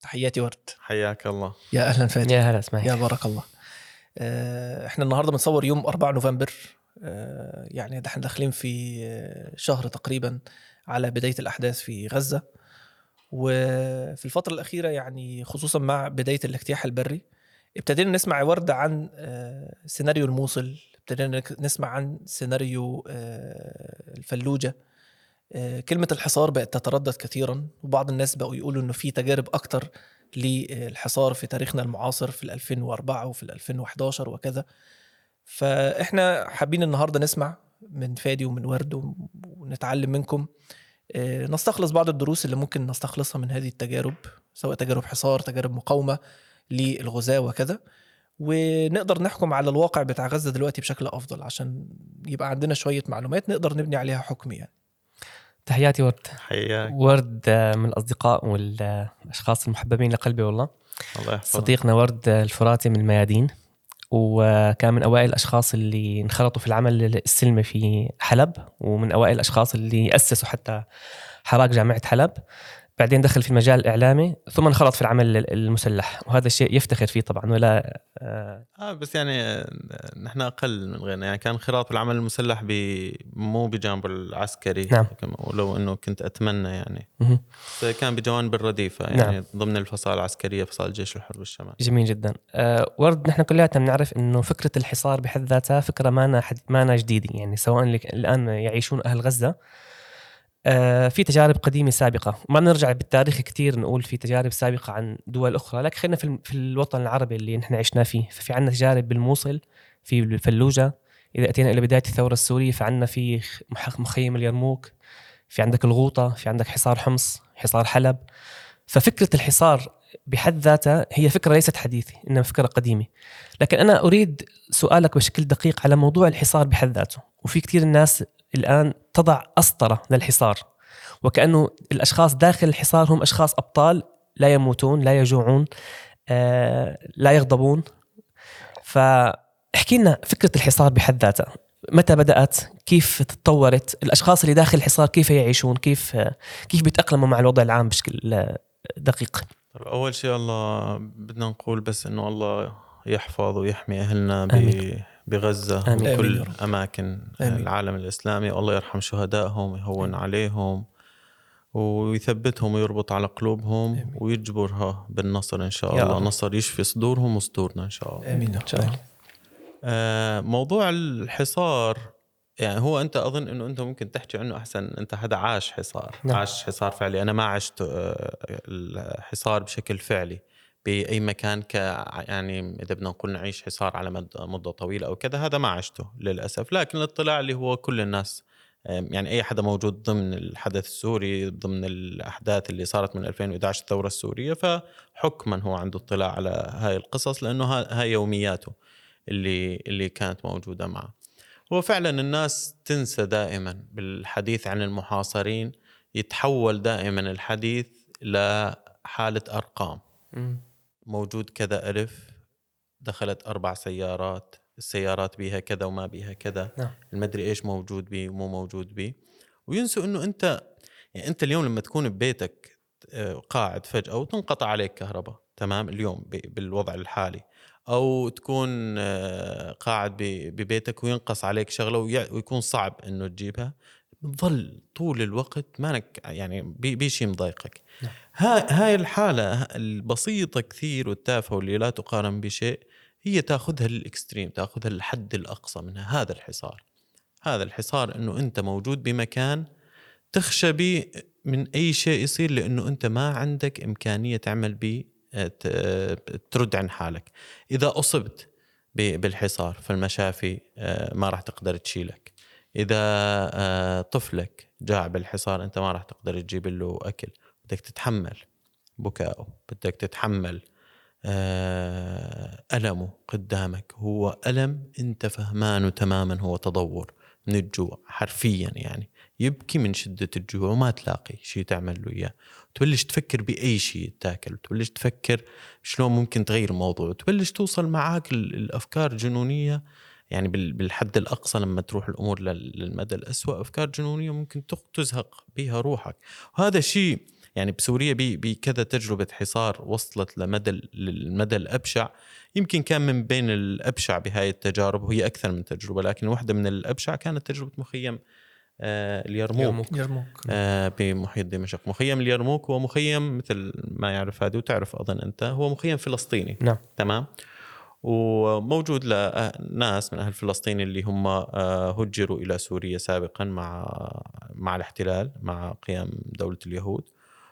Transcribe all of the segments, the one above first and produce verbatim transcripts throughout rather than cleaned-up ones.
تحياتي ورد. حياك الله. يا أهلا فادي. يا هلا اسمعي. يا بارك الله. آه، احنا النهاردة بنصور يوم أربعة نوفمبر. آه، يعني ده احنا داخلين في آه، شهر تقريبا على بداية الأحداث في غزة. وفي الفترة الأخيرة يعني خصوصا مع بداية الاجتياح البري ابتدينا نسمع ورد عن آه، سيناريو الموصل، ابتدينا نسمع عن سيناريو آه، الفلوجة. آه، كلمة الحصار بقت تتردد كثيرا، وبعض الناس بقوا يقولوا إنه في تجارب أكتر للحصار في تاريخنا المعاصر في الألفين وأربعة وفي الألفين وحداشر وكذا. فإحنا حابين النهاردة نسمع من فادي ومن ورد ونتعلم منكم، آه، نستخلص بعض الدروس اللي ممكن نستخلصها من هذه التجارب، سواء تجارب حصار، تجارب مقاومة للغزاة وكذا، ونقدر نحكم على الواقع بتاع غزة دلوقتي بشكل أفضل عشان يبقى عندنا شوية معلومات نقدر نبني عليها حكم. يعني تحياتي ورد. حياك. ورد من الأصدقاء والأشخاص المحببين لقلبي والله. الله يحفظك. صديقنا ورد الفراتي من الميادين، وكان من أوائل الأشخاص اللي انخرطوا في العمل السلمي في حلب، ومن أوائل الأشخاص اللي أسسوا حتى حراك جامعة حلب. بعدين دخل في المجال الإعلامي، ثم انخرط في العمل المسلح، وهذا الشيء يفتخر فيه طبعا. ولا آه, آه بس يعني نحن أقل من غيرنا، يعني كان انخراط في العمل المسلح مو بجانب العسكري. نعم. ولو أنه كنت أتمنى يعني م- كان بجوانب الرديفة، يعني نعم. ضمن الفصائل العسكرية، فصائل الجيش الحر بالشمال. جميل جدا. أه ورد، نحن كلياتنا بنعرف إنه فكرة الحصار بحد ذاتها فكرة ما حد ما جديدة، يعني سواء اللي الآن يعيشون أهل غزة، أه في تجارب قديمة سابقة. ما نرجع بالتاريخ كتير نقول في تجارب سابقة عن دول أخرى، لكن خلينا في, في الوطن العربي اللي نحن عشنا فيه. ففي عنا تجارب بالموصل، في الفلوجة. إذا أتينا إلى بداية الثورة السورية فعنا في مخيم اليرموك، في عندك الغوطة، في عندك حصار حمص، حصار حلب. ففكرة الحصار بحد ذاتها هي فكرة ليست حديثة، إنما فكرة قديمة. لكن أنا أريد سؤالك بشكل دقيق على موضوع الحصار بحد ذاته. وفي كتير الناس الآن تضع أسطرة للحصار، وكأنه الأشخاص داخل الحصار هم أشخاص أبطال، لا يموتون، لا يجوعون، آه، لا يغضبون. فاحكي لنا فكرة الحصار بحد ذاتها، متى بدأت، كيف تطورت، الأشخاص اللي داخل الحصار كيف يعيشون، كيف كيف بيتأقلموا مع الوضع العام بشكل دقيق. أول شيء الله بدنا نقول بس إنه الله يحفظ ويحمي أهلنا بغزة آمين. وكل آمين. أماكن آمين. العالم الإسلامي، والله يرحم شهدائهم، يهون آمين. عليهم ويثبتهم ويربط على قلوبهم آمين. ويجبرها بالنصر إن شاء الله. رب. نصر يشفي صدورهم وصدورنا إن شاء الله. آمين إن شاء الله. آه موضوع الحصار، يعني هو أنت أظن إنه أنت ممكن تحكي عنه أحسن، أنت هذا عاش حصار. نعم. عاش حصار فعلي. أنا ما عشت الحصار بشكل فعلي بأي مكان، ك يعني إذا بدنا نقول نعيش حصار على مدة طويلة أو كذا، هذا ما عشته للأسف. لكن الاطلاع اللي هو كل الناس، يعني أي حدا موجود ضمن الحدث السوري، ضمن الأحداث اللي صارت من ألفين وإحدى عشر الثورة السورية، فحكما هو عنده اطلاع على هاي القصص، لأنه هاي يومياته اللي اللي كانت موجودة معه. هو فعلا الناس تنسى دائما بالحديث عن المحاصرين، يتحول دائما الحديث لحالة أرقام. م. موجود كذا ألف، دخلت أربع سيارات، السيارات بيها كذا وما بيها كذا، نعم. المدري إيش موجود بيه ومو موجود بيه، وينسوا إنه أنت، يعني أنت اليوم لما تكون ببيتك قاعد فجأة وتنقطع عليك كهرباء، تمام، اليوم بالوضع الحالي، أو تكون قاعد ببيتك وينقص عليك شغلة ويكون صعب إنه تجيبها، تظل طول الوقت مانك يعني بيشي مضايقك. هاي الحالة البسيطة كثير والتافهة واللي لا تقارن بشيء، هي تأخذها للإكستريم، تأخذها للحد الأقصى منها. هذا الحصار، هذا الحصار إنه أنت موجود بمكان تخشى بيه من أي شيء يصير، لأنه أنت ما عندك إمكانية تعمل بيه ترد عن حالك. إذا أصبت بالحصار فالمشافي ما راح تقدر تشيلك. إذا طفلك جاع بالحصار أنت ما راح تقدر تجيب له أكل، بدك تتحمل بكاءه، بدك تتحمل ألمه قدامك. هو ألم أنت فهمانه تماما، هو تضور من الجوع حرفيا، يعني يبكي من شدة الجوع وما تلاقي شيء تعمل له إياه، تبلش تفكر بأي شيء تاكل، تبلش تفكر شلون ممكن تغير الموضوع، تبلش توصل معاك الأفكار جنونية، يعني بالحد الأقصى لما تروح الأمور للمدى الأسوأ، أفكار جنونية ممكن تزهق بها روحك. وهذا شيء يعني بسوريا بكذا تجربة حصار وصلت لمدى المدى الأبشع. يمكن كان من بين الأبشع بهاي التجارب، وهي أكثر من تجربة، لكن واحدة من الأبشع كانت تجربة مخيم آه اليرموك, يرموك. آه بمحيط دمشق. مخيم اليرموك هو مخيم مثل ما يعرف هذا وتعرف أظن أنت، هو مخيم فلسطيني. نعم. تمام. وموجود لناس من أهل فلسطين اللي هم هجروا إلى سوريا سابقا مع مع الاحتلال، مع قيام دولة اليهود،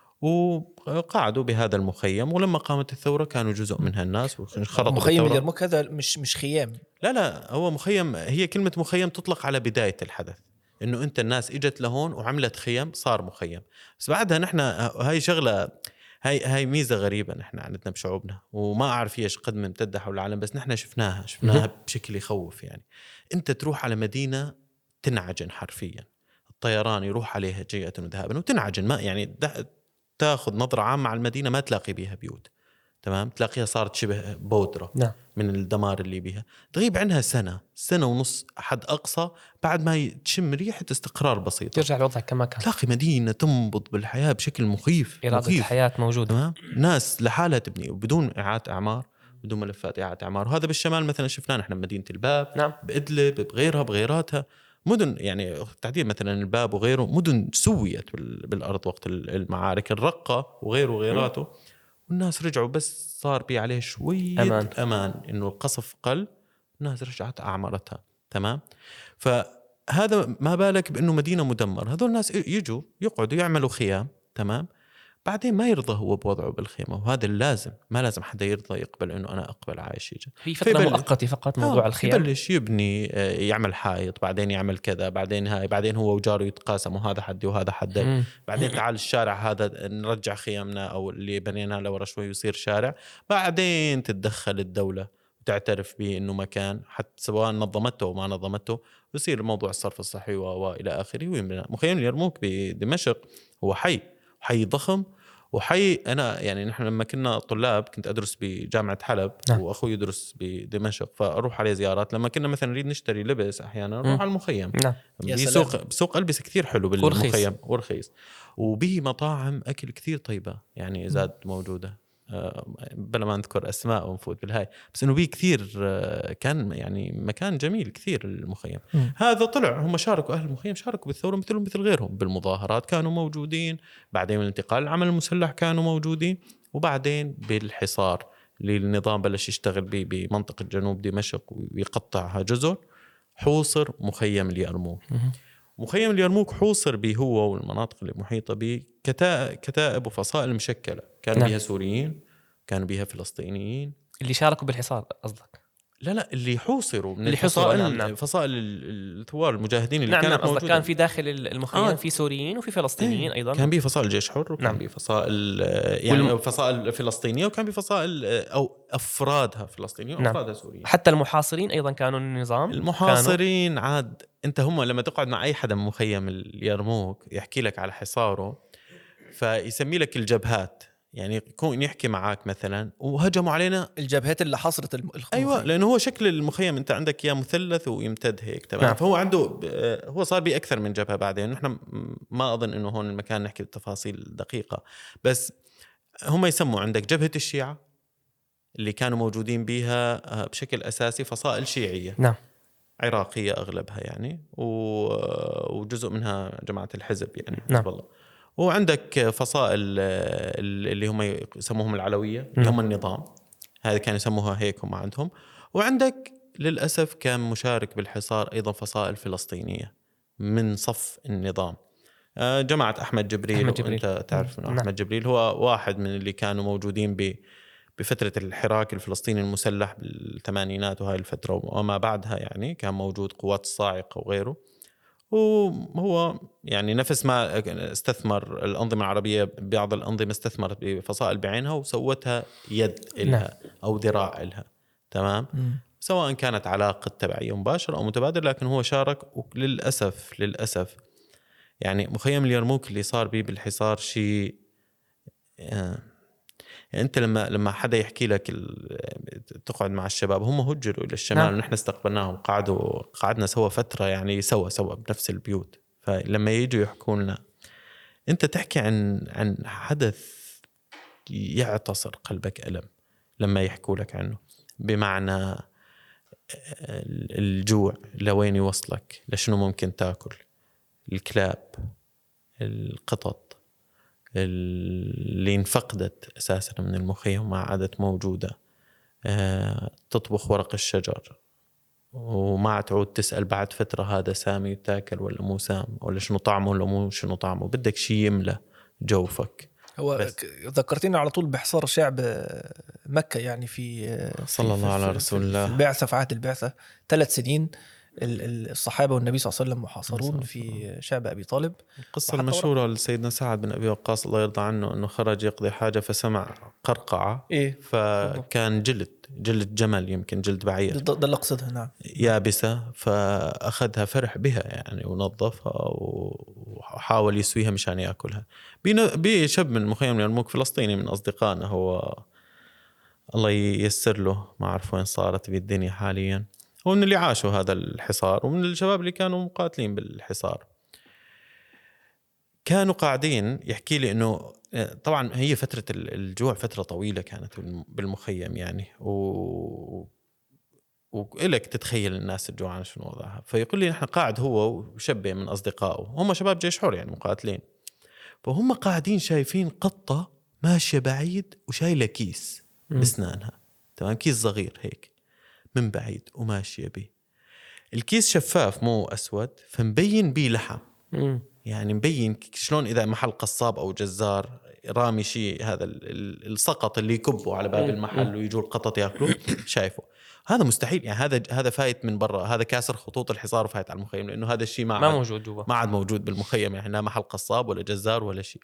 وقعدوا بهذا المخيم. ولما قامت الثورة كانوا جزء من هالناس وخرطوا مخيم اليرموك هذا مش مش خيام. لا لا هو مخيم. هي كلمة مخيم تطلق على بداية الحدث، إنه أنت الناس إجت لهون وعملت خيم صار مخيم. بس بعدها نحن هاي شغلة، هاي هاي ميزة غريبة نحن عندنا بشعوبنا، وما أعرف إيش قد ممتدة حول العالم، بس نحن شفناها شفناها بشكل يخوف. يعني أنت تروح على مدينة تنعجن حرفيا، الطيران يروح عليها جيئة وذهابا وتنعجن، ما يعني تاخذ نظرة عامة على المدينة ما تلاقي بيها بيوت. تمام. تلاقيها صارت شبه بودرة. نعم. من الدمار اللي بيها. تغيب عنها سنة سنة ونص حد أقصى، بعد ما تشم ريحة استقرار بسيط ترجع الوضع كما كان. تلاقي مدينة تنبض بالحياة بشكل مخيف. إرادة مخيف. الحياة موجودة. تمام. ناس لحالها تبني وبدون إعادة أعمار، بدون ملفات إعادة أعمار. وهذا بالشمال مثلا شفناه نحن بمدينة الباب. نعم. بإدلب بغيرها بغيراتها مدن، يعني تعديل مثلا الباب وغيره مدن سويت بالأرض وقت المعارك، الرقة وغيره وغيراته. والناس رجعوا بس صار بي عليه شوية أمان, أمان إنه القصف قل، الناس رجعت أعمرتها. تمام. فهذا ما بالك بأنه مدينة مدمر، هذول الناس يجوا يقعدوا يعملوا خيام. تمام. بعدين ما يرضى هو بوضعه بالخيمة، وهذا اللازم، ما لازم حدا يرضى يقبل إنه أنا أقبل عايش يجي. هي فترة مؤقتة فقط موضوع آه الخيام. يبلش يبني، يعمل حائط، بعدين يعمل كذا، بعدين هاي، بعدين هو وجاره يتقاسموا هذا حدي وهذا حدي. بعدين تعال الشارع هذا نرجع خيامنا أو اللي بنيناه لورا شوي ويصير شارع. بعدين تتدخل الدولة وتعترف به إنه مكان، حتى سواء نظمته أو ما نظمته، ويصير الموضوع الصرف الصحي وإلى آخره. مخيم اليرموك بدمشق هو حي حي ضخم وحي. أنا يعني نحن لما كنا طلاب كنت أدرس بجامعة حلب. نعم. وأخوي يدرس بدمشق، فأروح عليه زيارات. لما كنا مثلا نريد نشتري لبس أحيانا نروح على المخيم. نعم. بسوق بسوق ألبس كثير حلو بالمخيم ورخيص، وبه مطاعم أكل كثير طيبة يعني زاد موجودة. بلا ما نذكر أسماء ونفوت بالهاي، بس إنه بيه كثير كان يعني مكان جميل كثير المخيم. م. هذا طلع هم شاركوا أهل المخيم، شاركوا بالثورة مثلهم مثل غيرهم، بالمظاهرات كانوا موجودين، بعدين من الانتقال العمل المسلح كانوا موجودين، وبعدين بالحصار اللي النظام بلش يشتغل به بمنطقة جنوب دمشق ويقطعها جزر، حوصر مخيم اليرموك. مخيم اليرموك حوصر به هو والمناطق اللي محيطة به كتائب وفصائل مشكلة، كانوا نعم. بها سوريين، كانوا بها فلسطينيين. اللي شاركوا بالحصار قصدك؟ لا لا اللي حوصروا من اللي الفصائل، نعم نعم. فصائل الثوار المجاهدين اللي نعم كانت نعم موجودة. كان في داخل المخيم آه. في سوريين وفي فلسطينيين ايه. أيضا. كان به فصائل جيش حر، وكان نعم. به فصائل يعني والم... فصائل فلسطينية، وكان به فصائل أو أفرادها فلسطينيين وأفرادها نعم. سوريين. حتى المحاصرين أيضا كانوا النظام. المحاصرين كانوا... عاد أنت هم لما تقعد مع أي حدا من مخيم اليرموك يحكي لك على حصاره، فيسمي لك الجبهات، يعني يكون يحكي معاك مثلا وهجموا علينا الجبهات اللي حصرت المخيم. ايوه لانه هو شكل المخيم انت عندك يا مثلث ويمتد هيك. تمام. نعم. فهو عنده هو صار بيه اكثر من جبهه بعدين. نحن ما اظن انه هون المكان نحكي بالتفاصيل دقيقه، بس هم يسموا عندك جبهه الشيعة اللي كانوا موجودين بيها بشكل اساسي فصائل شيعيه. نعم. عراقيه اغلبها يعني، وجزء منها جماعه الحزب يعني. نعم. الله. وعندك فصائل اللي هم يسموهم العلوية اللي هم النظام، هذا كانوا يسموها هيك هم عندهم. وعندك للأسف كان مشارك بالحصار أيضا فصائل فلسطينية من صف النظام، جماعة أحمد جبريل, أحمد جبريل. وأنت تعرف أنه أحمد جبريل هو واحد من اللي كانوا موجودين بفترة الحراك الفلسطيني المسلح بالثمانينات وهاي الفترة وما بعدها، يعني كان موجود قوات الصاعقة وغيره. وهو يعني نفس ما استثمر الأنظمة العربية بعض الأنظمة استثمرت بفصائل بعينها وسوتها يد إلها أو ذراع إلها. تمام. م. سواء كانت علاقة تبعية مباشرة أو متبادل، لكن هو شارك. وللأسف للأسف يعني مخيم اليرموك اللي صار بيه بالحصار شيء يعني أنت لما لما حدا يحكي لك تقعد مع الشباب هم هجروا إلى الشمال. نعم. ونحن استقبلناهم، قعدوا قعدنا سوا فترة يعني سوا سوا بنفس البيوت. فلما يجوا يحكوا لنا أنت تحكي عن عن حدث يعتصر قلبك ألم لما يحكوا لك عنه، بمعنى الجوع لوين يوصلك، لشنو ممكن تاكل، الكلاب، القطط اللي انفقدت أساسا من المخيم وما عادت موجودة، أه تطبخ ورق الشجر وما تعود تسأل بعد فترة هذا سامي يتاكل ولا مو سام، ولا شنو طعمه ولا مو شنو طعمه، بدك شيء يملى جوفك. هو بس. ذكرتيني على طول بحصار شعب مكة، يعني في صلى الله على رسول الله في البعثة، في عهد البعثة ثلاث سنين الصحابة والنبي صلى الله عليه وسلم محاصرون في شعب أبي طالب. القصة المشهورة لسيدنا سعد بن أبي وقاص الله يرضى عنه أنه خرج يقضي حاجة فسمع قرقعة إيه؟ فكان جلد جلد جمل يمكن جلد بعير، ده اللي أقصدها، نعم، يابسة، فأخذها فرح بها يعني ونظفها وحاول يسويها مشان يأكلها. بشاب من مخيم اليرموك فلسطيني من أصدقائنا، هو الله ييسر له، ما أعرف وين صارت بالدنيا حاليا، هو من اللي عاشوا هذا الحصار ومن الشباب اللي كانوا مقاتلين بالحصار. كانوا قاعدين يحكي لي إنه طبعا هي فترة الجوع فترة طويلة كانت بالمخيم يعني، و وإلك تتخيل الناس الجوعان شنو وضعها. فيقول لي نحن قاعد هو وشبه من أصدقائه، هم شباب جيش حر يعني مقاتلين، فهم قاعدين شايفين قطة ماشية بعيد وشايلة كيس بسنانها، تمام، كيس صغير هيك من بعيد وماشية به. الكيس شفاف مو أسود، فمبين بيه لحم، يعني مبين شلون إذا محل قصاب أو جزار رامي شيء، هذا السقط اللي يكبوا على باب المحل ويجوا القطط يأكلوا شايفه. هذا مستحيل يعني، هذا هذا فايت من برا، هذا كاسر خطوط الحصار وفايت على المخيم، لأنه هذا الشيء ما, ما موجود جوا، ما عاد موجود بالمخيم يعني، لا محل قصاب ولا جزار ولا شيء.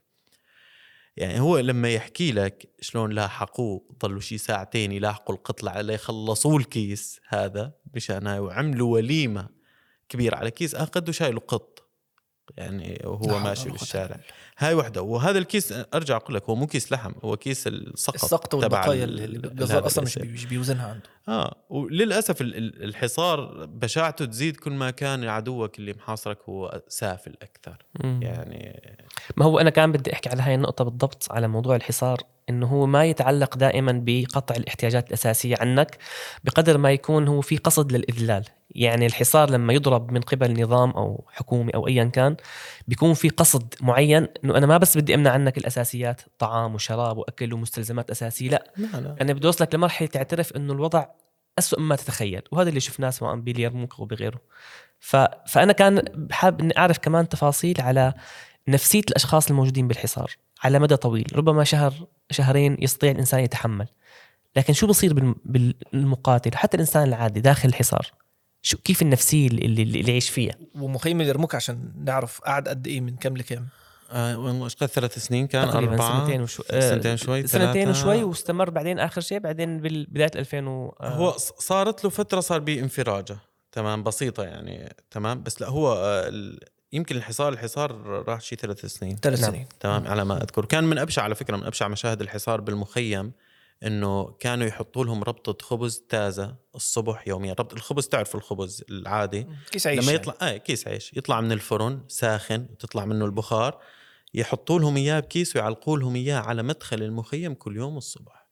يعني هو لما يحكي لك شلون لاحقوه، ضلوا شيء ساعتين يلاحقوا القطلة على يخلصوا الكيس هذا مشانها، وعملوا وليمة كبيرة على كيس أخذوا شايلوا قط يعني وهو ماشي بالشارع. هاي وحده. وهذا الكيس أرجع أقول لك هو مو كيس لحم، هو كيس السقط, السقط والبقايا اللي الجزار أصلا مش, مش بيوزنها عنده. آه وللأسف الحصار بشاعته تزيد كل ما كان عدوك اللي محاصرك هو سافل أكثر. مم. يعني ما هو أنا كان بدي أحكي على هاي النقطة بالضبط، على موضوع الحصار، إنه هو ما يتعلق دائما بقطع الاحتياجات الأساسية عنك بقدر ما يكون هو في قصد للإذلال. يعني الحصار لما يضرب من قبل نظام أو حكومي أو أيا كان بيكون في قصد معين، إنه أنا ما بس بدي أمنع عنك الأساسيات، طعام وشراب وأكل ومستلزمات أساسية، لا, لا, لا. أنا بدي أوصلك لمرحلة تعترف إنه الوضع أسوأ مما تتخيل، وهذا اللي شفناه سواء باليرموك أو بغيره. ف... فأنا كان بحب إني أعرف كمان تفاصيل على نفسية الأشخاص الموجودين بالحصار على مدى طويل، ربما شهر شهرين يستطيع الإنسان يتحمل، لكن شو بصير بالمقاتل حتى الإنسان العادي داخل الحصار، شو كيف النفسية اللي, اللي يعيش فيها. ومخيم اليرموك عشان نعرف قعد قد إيه، من كم لكم؟ آه قد ثلاث سنين كان، أربعة سنتين وشو آه سنتين شوي سنتين وشوي واستمر بعدين آخر شيء بعدين بالبداية ألفين و... آه هو صارت له فترة صار بانفراجة تمام بسيطة يعني تمام، بس لا هو آه يمكن الحصار الحصار راح شيء ثلاث سنين ثلاث سنين تمام على ما أذكر. كان من أبشع على فكرة من أبشع مشاهد الحصار بالمخيم إنه كانوا يحطوا لهم ربطة خبز تازة الصبح يوميا. ربط الخبز تعرف الخبز العادي كيس عيش لما يطلع يعني. آه كيس عيش يطلع من الفرن ساخن وتطلع منه البخار، يحطوا لهم إياه بكيس ويعلقوا لهم إياه على مدخل المخيم كل يوم الصبح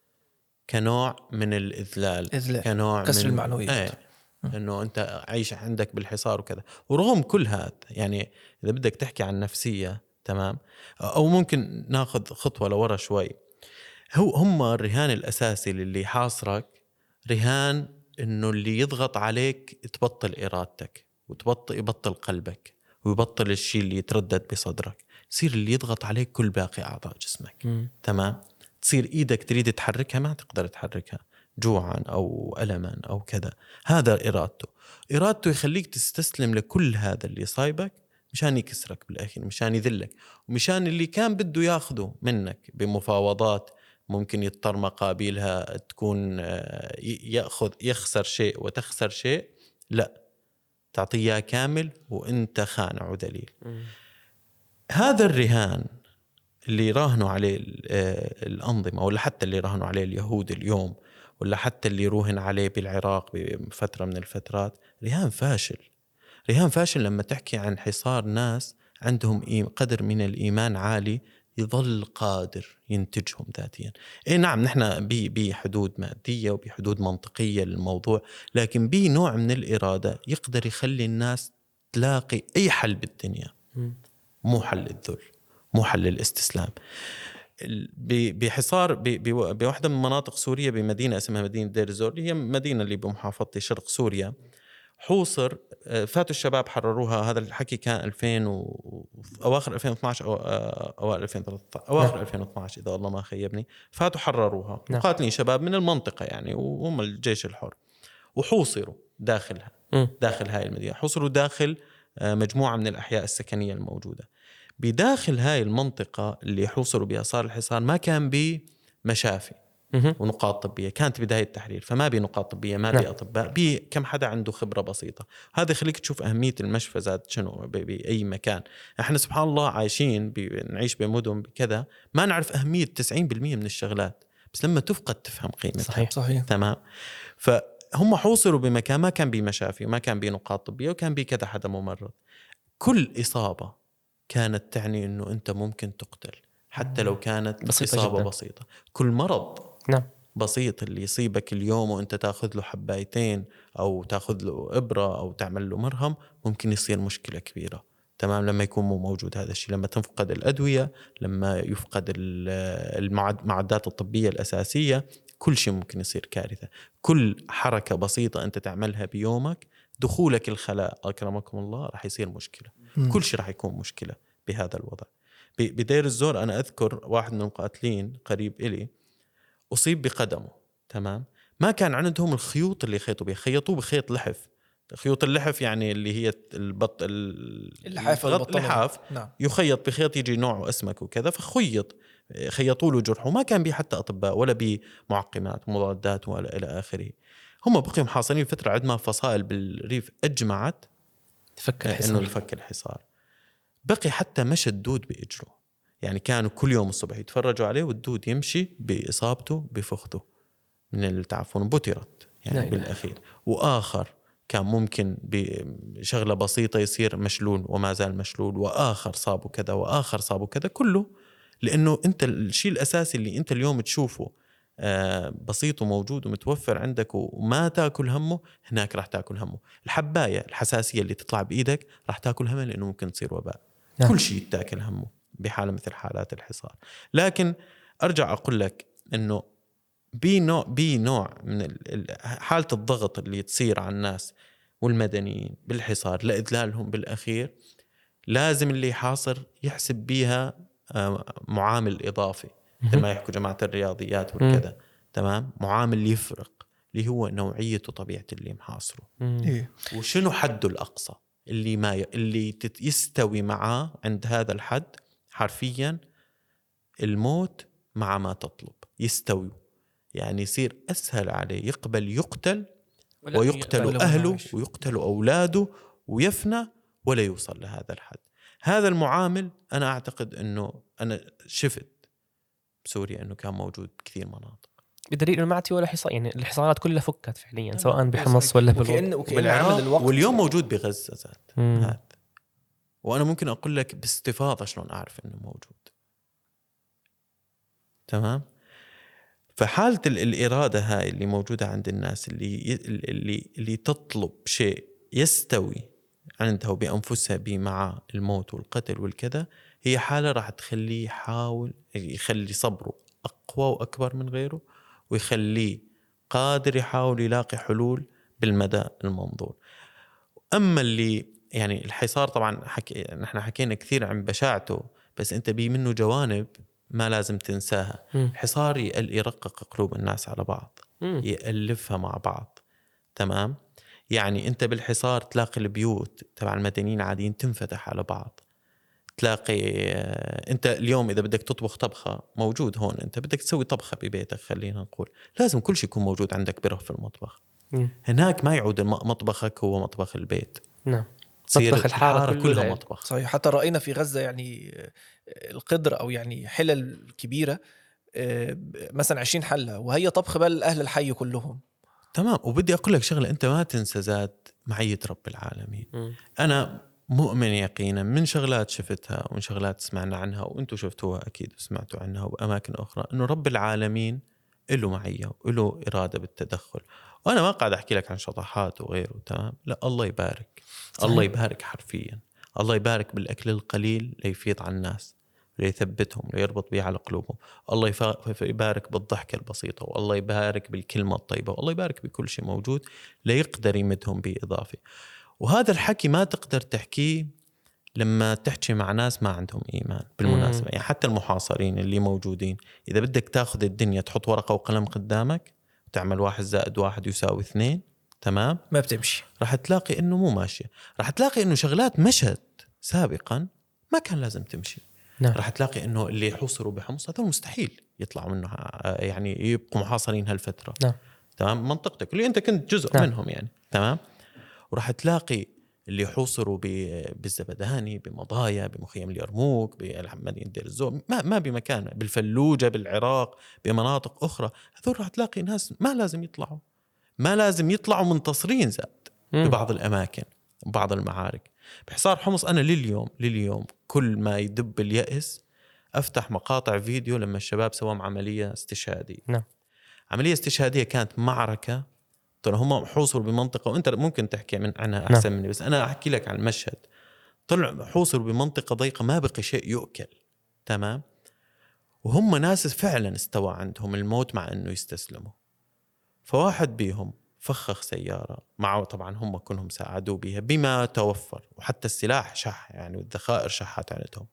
كنوع من الإذلال، إذلال. كنوع كسر من المعنويات. آه إنه أنت عايش عندك بالحصار وكذا. ورغم كل هذا يعني إذا بدك تحكي عن نفسية تمام، أو ممكن ناخذ خطوة لورا شوي، هو هم الرهان الأساسي اللي حاصرك رهان إنه اللي يضغط عليك تبطل إرادتك وتبطل يبطل قلبك ويبطل الشيء اللي يتردد بصدرك، يصير اللي يضغط عليك كل باقي أعضاء جسمك. م. تمام، تصير إيدك تريد تحركها ما تقدر تحركها جوعا أو ألما أو كذا. هذا إرادته إرادته يخليك تستسلم لكل هذا اللي صايبك مشان يكسرك بالأخير، مشان يذلك، ومشان اللي كان بده ياخده منك بمفاوضات ممكن يضطر مقابلها تكون يأخذ يخسر شيء وتخسر شيء، لا تعطيه كامل وانت خانع ودليل. م. هذا الرهان اللي راهنوا عليه الأنظمة، ولا حتى اللي راهنوا عليه اليهود اليوم، ولا حتى اللي روهن عليه بالعراق بفترة من الفترات، رهان فاشل. رهان فاشل لما تحكي عن حصار ناس عندهم قدر من الإيمان عالي يظل قادر ينتجهم ذاتيا. إيه نعم نحن بحدود مادية وبحدود منطقية للموضوع، لكن بنوع من الإرادة يقدر يخلي الناس تلاقي أي حل بالدنيا، مو حل الذل، مو حل الاستسلام. بحصار بواحدة من مناطق سوريا بمدينة اسمها مدينة دير الزور، هي مدينة اللي بمحافظة شرق سوريا، حوصر فاتوا الشباب حرروها. هذا الحكي كان ألفين و أواخر ألفين واثناشر أو أوائل ألفين وثلاثة عشر، أواخر ألفين واثناشر إذا الله ما خيبني. فاتوا حرروها مقاتلين شباب من المنطقة يعني، وهم الجيش الحر، وحوصروا داخلها داخل هاي المدينة. حوصروا داخل مجموعة من الأحياء السكنية الموجودة بداخل هاي المنطقة اللي حوصروا بها. صار الحصار ما كان بمشافي ونقاط طبية، كانت بداية التحرير، فما بي نقاط طبية، ما بي أطباء، بي كم حدا عنده خبرة بسيطة. هذا يخليك تشوف أهمية المشفى ذات شنو بأي مكان. احنا سبحان الله عايشين نعيش بمدن بكذا ما نعرف أهمية تسعين بالمئة من الشغلات، بس لما تفقد تفهم قيمتها. صحيح صحيح تمام. فهم حوصروا بمكان ما كان بي مشافي وما كان بي نقاط طبية وكان بي كذا حدا ممرض. كل إصابة كانت تعني أنه أنت ممكن تقتل، حتى لو كانت بسيطة إصابة جداً. بسيطة. كل مرض نعم بسيط اللي يصيبك اليوم وأنت تأخذ له حبايتين أو تأخذ له إبرة أو تعمل له مرهم ممكن يصير مشكلة كبيرة. تمام. لما يكون مو موجود هذا الشيء، لما تفقد الأدوية، لما يفقد المعدات الطبية الأساسية، كل شيء ممكن يصير كارثة. كل حركة بسيطة أنت تعملها بيومك، دخولك الخلاء أكرمكم الله راح يصير مشكلة. م. كل شيء راح يكون مشكلة بهذا الوضع. بدير الزور أنا أذكر واحد من المقاتلين قريب إلي أصيب بقدمه. تمام. ما كان عندهم الخيوط اللي خيطوا بها، خيطوه بخيط لحف. خيوط اللحف يعني اللي هي البط اللحاف اللحاف نعم. يخيط بخيط يجي نوعه أسمك وكذا، فخيط خيطوا له جرحه. ما كان بيه حتى أطباء ولا بمعقمات مضادات ولا إلى آخره. هم بقيوا محاصرين فترة عندما فصائل بالريف أجمعت تفك الحصار. إنه يفك الحصار. بقي حتى مشى الدود بإجره، يعني كانوا كل يوم الصبح يتفرجوا عليه والدود يمشي بإصابته بفخذه من التعفن بترت يعني نعم. بالأخير. وآخر كان ممكن بشغلة بسيطة يصير مشلول وما زال مشلول، وآخر صابه كذا وآخر صابه كذا، كله لأنه أنت الشيء الأساسي اللي أنت اليوم تشوفه بسيط وموجود ومتوفر عندك وما تأكل همه، هناك راح تأكل همه. الحباية الحساسية اللي تطلع بإيدك راح تأكل همه لأنه ممكن تصير وباء. نعم. كل شيء تأكل همه بحالة مثل حالات الحصار. لكن أرجع أقول لك أنه بنوع بنوع من حالة الضغط اللي تصير على الناس والمدنيين بالحصار لإذلالهم بالأخير، لازم اللي يحاصر يحسب بيها معامل إضافي مثل ما يحكوا جماعة الرياضيات والكذا. تمام. معامل يفرق اللي هو نوعية وطبيعة اللي محاصره، وشنو حده الأقصى اللي ما ي... اللي يستوي معاه عند هذا الحد حرفيا الموت مع ما تطلب يستوي، يعني يصير أسهل عليه يقبل يقتل ويقتل أهله ويقتل أولاده ويفنى ولا يوصل لهذا الحد. هذا المعامل أنا أعتقد أنه أنا شفت بسوريا أنه كان موجود بكثير مناطق، بدليل انه ما عاد في ولا حصار، يعني الحصارات كلها فكت فعليا سواء بحمص ولا بالعراق، واليوم موجود بغزة ذات هذا. وأنا ممكن أقول لك باستفاضة شلون أعرف أنه موجود. تمام. فحالة الإرادة هاي اللي موجودة عند الناس اللي اللي اللي تطلب شيء يستوي عندها بأنفسها بي مع الموت والقتل والكذا، هي حالة راح تخليه يحاول يخلي صبره أقوى وأكبر من غيره، ويخليه قادر يحاول يلاقي حلول بالمدى المنظور. أما اللي يعني الحصار طبعا حكي نحن حكينا كثير عن بشاعته، بس أنت بي منه جوانب ما لازم تنساها. الحصار يرقق قلوب الناس على بعض، يألفها مع بعض. تمام. يعني أنت بالحصار تلاقي البيوت تبع المدنيين عاديين تنفتح على بعض. تلاقي أنت اليوم إذا بدك تطبخ طبخة موجود هون، أنت بدك تسوي طبخة ببيتك خلينا نقول، لازم كل شيء يكون موجود عندك برف في المطبخ. م. هناك ما يعود مطبخك هو مطبخ البيت. نعم. مطبخ الحارة كلها, كلها مطبخ. صحيح. حتى رأينا في غزة يعني القدر أو يعني حلل كبيرة مثلا عشرين حلة وهي طبخ بل أهل الحي كلهم. تمام. وبدي أقول لك شغلة، أنت ما تنسى ذات معية رب العالمين. م. أنا مؤمن يقينا من شغلات شفتها ومن شغلات سمعنا عنها وانتم شفتوها أكيد وسمعتوا عنها وأماكن أخرى، أنه رب العالمين له معية وله إرادة بالتدخل. وأنا ما قاعد أحكي لك عن شطحات وغيره، تمام؟ لا، الله يبارك. صحيح. الله يبارك حرفيا. الله يبارك بالأكل القليل ليفيض على الناس، ليثبتهم، ليربط به على قلوبهم. الله يبارك بالضحكة البسيطة، والله يبارك بالكلمة الطيبة، والله يبارك بكل شيء موجود ليقدر يمدهم بإضافة. وهذا الحكي ما تقدر تحكيه لما تحكي مع ناس ما عندهم إيمان بالمناسبة. يعني حتى المحاصرين اللي موجودين، إذا بدك تاخذ الدنيا تحط ورقة وقلم قدامك وتعمل واحد زائد واحد يساوي اثنين، تمام، ما بتمشي. راح تلاقي إنه مو ماشية. راح تلاقي إنه شغلات مشت سابقا ما كان لازم تمشي. نعم. راح تلاقي إنه اللي حوصروا بحمص هذول مستحيل يطلعوا منه، يعني يبقوا محاصرين هالفترة. نعم. تمام، منطقتك اللي أنت كنت جزء نعم. منهم يعني، تمام. وراح تلاقي اللي حوصروا بالزبداني، بمضايا، بمخيم اليرموك، بمدينة دير الزور، ما ما بمكان، بالفلوجة، بالعراق، بمناطق أخرى. هذول راح تلاقي ناس ما لازم يطلعوا، ما لازم يطلعوا منتصرين زاد ببعض الأماكن، ببعض المعارك. بحصار حمص أنا لليوم لليوم كل ما يدب اليأس أفتح مقاطع فيديو لما الشباب سووا عملية استشهادية. نعم. عملية استشهادية كانت معركة. طلعوا هم حوصروا بمنطقة، وأنت ممكن تحكي من عنها أحسن مني، بس أنا أحكي لك عن المشهد. طلعوا حوصروا بمنطقة ضيقة ما بقي شيء يؤكل، تمام، وهم ناس فعلا استوى عندهم الموت مع أنه يستسلموا. فواحد بيهم فخخ سيارة معه، طبعا هم كلهم ساعدوا بها بما توفر، وحتى السلاح شح يعني، والذخائر شحت عندهم،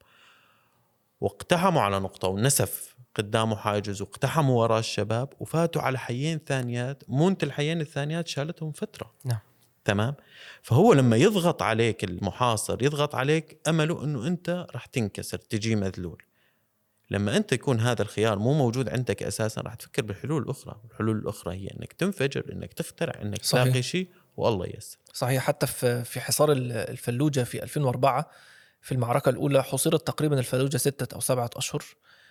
واقتحموا على نقطة ونسف قدامه حاجز، واقتحموا وراء الشباب وفاتوا على حيين ثانيات. مونت الحيين الثانيات شالتهم فترة. نعم. تمام. فهو لما يضغط عليك المحاصر يضغط عليك أمله أنه أنت رح تنكسر، تجي مذلول. لما أنت يكون هذا الخيار مو موجود عندك أساسا، رح تفكر بالحلول الأخرى. الحلول الأخرى هي أنك تنفجر، أنك تخترع، أنك تلاقي شيء، والله يسر. صحيح. حتى في في حصار الفلوجة في ألفين وأربعة في المعركة الأولى حصرت تقريبا الفلوجة ستة أو سبعة أشهر.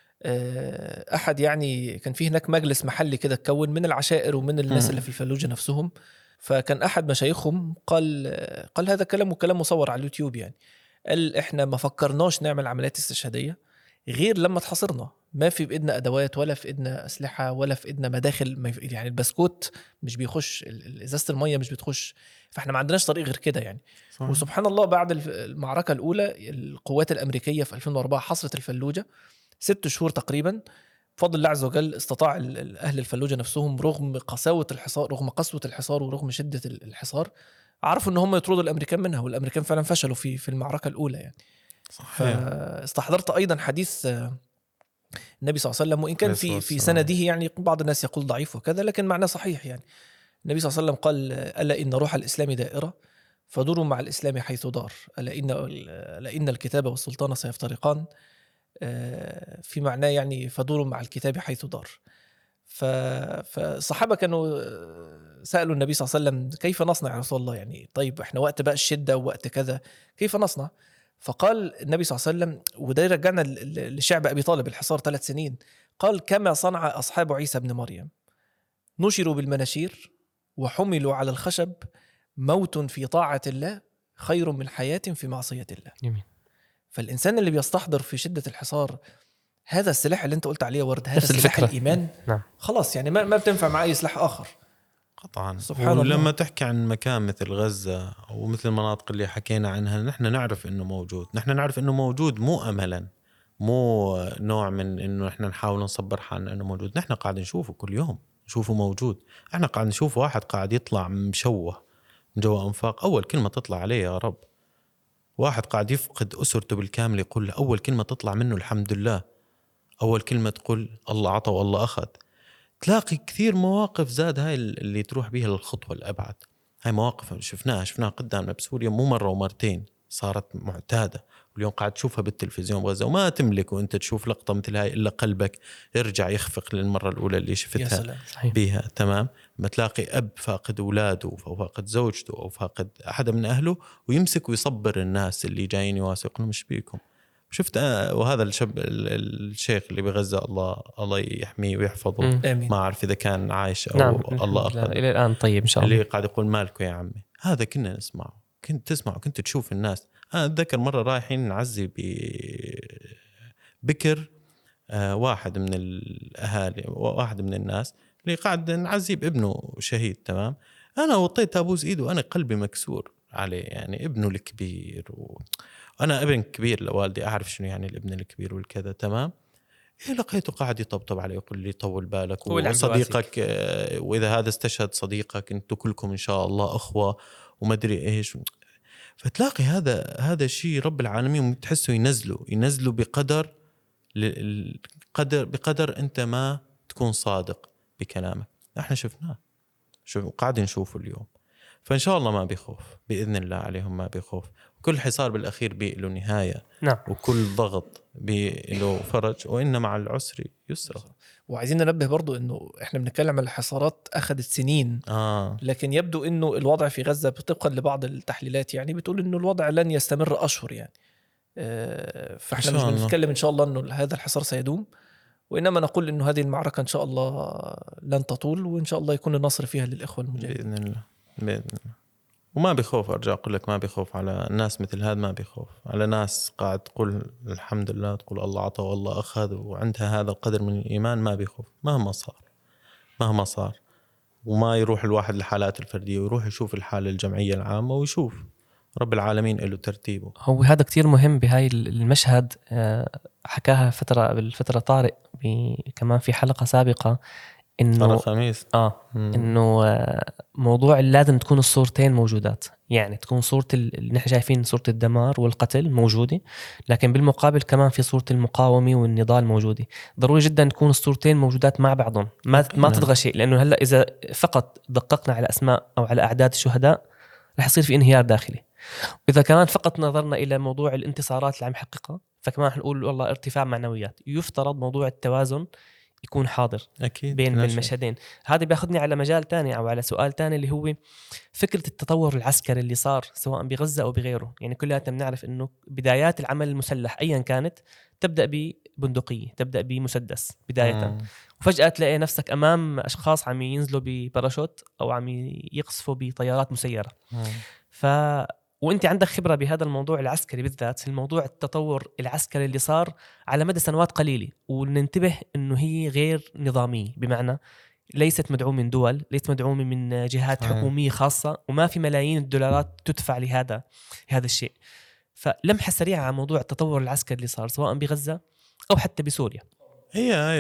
أحد يعني كان فيه هناك مجلس محلي كده تكون من العشائر ومن الناس اللي في الفلوجة نفسهم. فكان أحد مشايخهم قال قال هذا كلام، وكلام مصور على اليوتيوب يعني. قال إحنا ما فكرناش نعمل عمليات استشهادية غير لما تحصرنا. ما في بإيدنا أدوات ولا في إيدنا أسلحة ولا في إيدنا مداخل، يعني البسكوت مش بيخش، إزازة المية مش بتخش، فإحنا ما عندناش طريق غير كده يعني. صحيح. وسبحان الله بعد المعركة الأولى القوات الأمريكية في ألفين وأربعة حصرت الفلوجة ست شهور تقريبا. بفضل الله عز وجل استطاع أهل الفلوجة نفسهم رغم قساوة الحصار، رغم قسوة الحصار ورغم شدة الحصار، عرفوا إن هم يطردوا الأمريكان منها، والأمريكان فعلا فشلوا في في المعركة الأولى يعني. صحيح. فاستحضرت أيضا حديث النبي صلى الله عليه وسلم، وإن كان في في سنده يعني بعض الناس يقول ضعيف وكذا، لكن معناه صحيح يعني. النبي صلى الله عليه وسلم قال: ألا إن روح الإسلام دائرة فدوروا مع الإسلام حيث دار، ألا إن ألا إن الكتاب والسلطان سيفترقان، في معناه يعني فدوروا مع الكتاب حيث دار. فالصحابة كانوا سألوا النبي صلى الله عليه وسلم: كيف نصنع يا رسول الله؟ يعني طيب إحنا وقت بقى الشدة ووقت كذا، كيف نصنع؟ فقال النبي صلى الله عليه وسلم، وده يرجعنا لشعب أبي طالب الحصار ثلاث سنين، قال: كما صنع أصحاب عيسى بن مريم، نشروا بالمناشير وحملوا على الخشب، موت في طاعة الله خير من حياة في معصية الله. يمين. فالإنسان اللي بيستحضر في شدة الحصار هذا السلاح اللي انت قلت عليه ورد، هذا سلاح الإيمان، نعم. خلاص يعني ما ما بتنفع مع أي سلاح آخر قطعا. سبحان الله. ولما تحكي عن مكان مثل غزة أو مثل المناطق اللي حكينا عنها، نحن نعرف إنه موجود، نحن نعرف إنه موجود، مو أملا، مو نوع من إنه نحن نحاول نصبر حالنا إنه موجود. نحن قاعد نشوفه كل يوم، نشوفه موجود. احنا قاعد نشوف واحد قاعد يطلع مشوه من جوا أنفاق، أول كلمة تطلع عليه يا رب. واحد قاعد يفقد أسرته بالكامل، يقول أول كلمة تطلع منه الحمد لله، أول كلمة تقول الله عطى والله أخذ. تلاقي كثير مواقف زاد هاي اللي تروح بيها للخطوة الأبعد. هاي مواقف شفناها شفناها قدامنا بسوريا مو مرة ومرتين، صارت معتادة، واليوم قاعد تشوفها بالتلفزيون بغزة، وما تملك وانت تشوف لقطة مثل هاي إلا قلبك يرجع يخفق للمرة الأولى اللي شفتها بيها. تمام. ما تلاقي أب فاقد أولاده أو فاقد زوجته أو فاقد أحد من أهله، ويمسك ويصبر الناس اللي جايين يواسقون مش بيكم. شفت أنا وهذا الشاب الشيخ اللي بغزة، الله الله يحميه ويحفظه، ما أعرف إذا كان عايش أو نعم. الله أخذ إلى الآن طيب إن شاء الله. اللي قاعد يقول مالكوا يا عمي، هذا كنا نسمعه كنت تسمع وكنت تشوف الناس. أنا أتذكر مرة رايحين نعزي ببكر آه واحد من الأهالي، واحد من الناس اللي قاعد نعزي بابنه شهيد. تمام. أنا وطيت أبوس إيده وأنا قلبي مكسور عليه، يعني ابنه الكبير و... أنا ابن كبير لوالدي، أعرف شنو يعني الابن الكبير والكذا. تمام. إيه لقيته قاعد يطبطب عليه ويقول لي طول بالك وصديقك، وإذا هذا استشهد صديقك أنتوا كلكم إن شاء الله أخوة وما أدري إيش. فتلاقي هذا هذا الشيء رب العالمين تحسه ينزله ينزله بقدر قدر بقدر أنت ما تكون صادق بكلامك. احنا شفناه، شوف قاعدين نشوفه اليوم. فإن شاء الله ما بيخوف بإذن الله عليهم، ما بيخوف. كل حصار بالأخير بيله نهاية. نعم. وكل ضغط بيله فرج، وإن مع العسر يسرا. وعايزين ننبه برضو إنه إحنا بنتكلم عن الحصارات أخذت سنين، آه. لكن يبدو إنه الوضع في غزة طبقا لبعض التحليلات يعني بتقول إنه الوضع لن يستمر أشهر يعني. آه فإحنا مش بنتكلم إن شاء الله إنه هذا الحصار سيدوم، وإنما نقول إنه هذه المعركة إن شاء الله لن تطول، وإن شاء الله يكون النصر فيها للإخوة المجاهدين بإذن الله. بإذن الله. وما بيخوف، أرجع أقول لك ما بيخوف على الناس مثل هذا، ما بيخوف على ناس قاعد تقول الحمد لله، تقول الله عطى والله أخذ، وعندها هذا القدر من الإيمان، ما بيخوف مهما صار مهما صار. وما يروح الواحد لحالات الفردية، ويروح يشوف الحالة الجمعية العامة، ويشوف رب العالمين له ترتيبه. هو هذا كتير مهم بهاي المشهد. حكاها فترة بالفترة طارق كمان في حلقة سابقة، إنه خميس آه مم. إنه موضوع لازم تكون الصورتين موجودات، يعني تكون صورة اللي نحن شايفين صورة الدمار والقتل موجودة، لكن بالمقابل كمان في صورة المقاومة والنضال موجودة. ضروري جدا تكون الصورتين موجودات مع بعضهم، ما ما تلغى شيء، لأنه هلا إذا فقط دققنا على أسماء أو على أعداد الشهداء رح يصير في انهيار داخلي. وإذا كمان فقط نظرنا إلى موضوع الانتصارات اللي عم يحققها، فكمان رح نقول والله ارتفاع معنويات. يفترض موضوع التوازن يكون حاضر أكيد بين المشهدين. هذا بياخذني على مجال تاني أو على سؤال تاني، اللي هو فكرة التطور العسكري اللي صار سواء بغزة أو بغيره. يعني كلنا بنعرف إنه بدايات العمل المسلح أيا كانت تبدأ ببندقية، تبدأ بمسدس بداية، مم. وفجأة تلاقي نفسك أمام أشخاص عم ينزلوا بباراشوت أو عم يقصفوا بطيارات مسيرة. مم. ف وانت عندك خبرة بهذا الموضوع العسكري بالذات، الموضوع التطور العسكري اللي صار على مدى سنوات قليلة، وننتبه انه هي غير نظامية، بمعنى ليست مدعومة من دول، ليست مدعومة من جهات حكومية خاصة، وما في ملايين الدولارات تدفع لهذا هذا الشيء. فلمحة سريعة عن موضوع التطور العسكري اللي صار سواء بغزة أو حتى بسوريا. هي هاي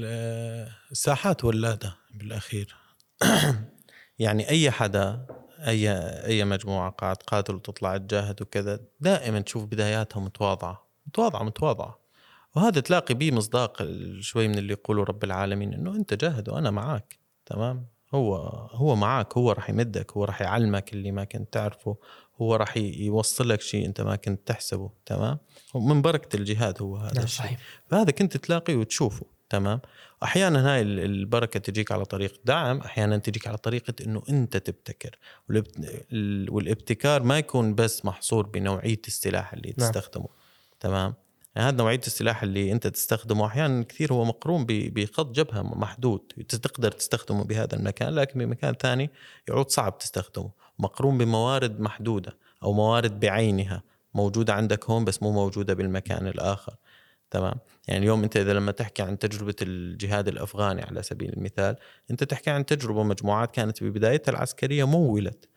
الساحات ولادة بالأخير. يعني أي حدا أي أي مجموعة قاعد قاتل وتطلع تجاهد وكذا، دائما تشوف بداياتها متواضعة متواضعة متواضعة، وهذا تلاقي بيه مصداق شوي من اللي يقولوا رب العالمين إنه أنت جاهد وأنا معاك. تمام. هو هو معاك، هو راح يمدك، هو راح يعلمك اللي ما كنت تعرفه، هو راح يوصلك شيء أنت ما كنت تحسبه. تمام. من بركة الجهاد هو هذا الشيء. فهذا كنت تلاقيه وتشوفه. تمام. أحيانا هاي البركة تجيك على طريق دعم، أحيانا تجيك على طريقة إنه أنت تبتكر، والابتكار ما يكون بس محصور بنوعية السلاح اللي نعم. تستخدمه. تمام. يعني هذا نوعية السلاح اللي أنت تستخدمه أحيانا كثير هو مقرون بخط جبهة محدود، تقدر تستخدمه بهذا المكان، لكن بمكان ثاني يعود صعب تستخدمه، مقرون بموارد محدودة أو موارد بعينها موجودة عندك هون بس مو موجودة بالمكان الآخر. تمام. يعني اليوم أنت إذا لما تحكي عن تجربة الجهاد الأفغاني على سبيل المثال، أنت تحكي عن تجربة مجموعات كانت ببدايتها العسكرية مولت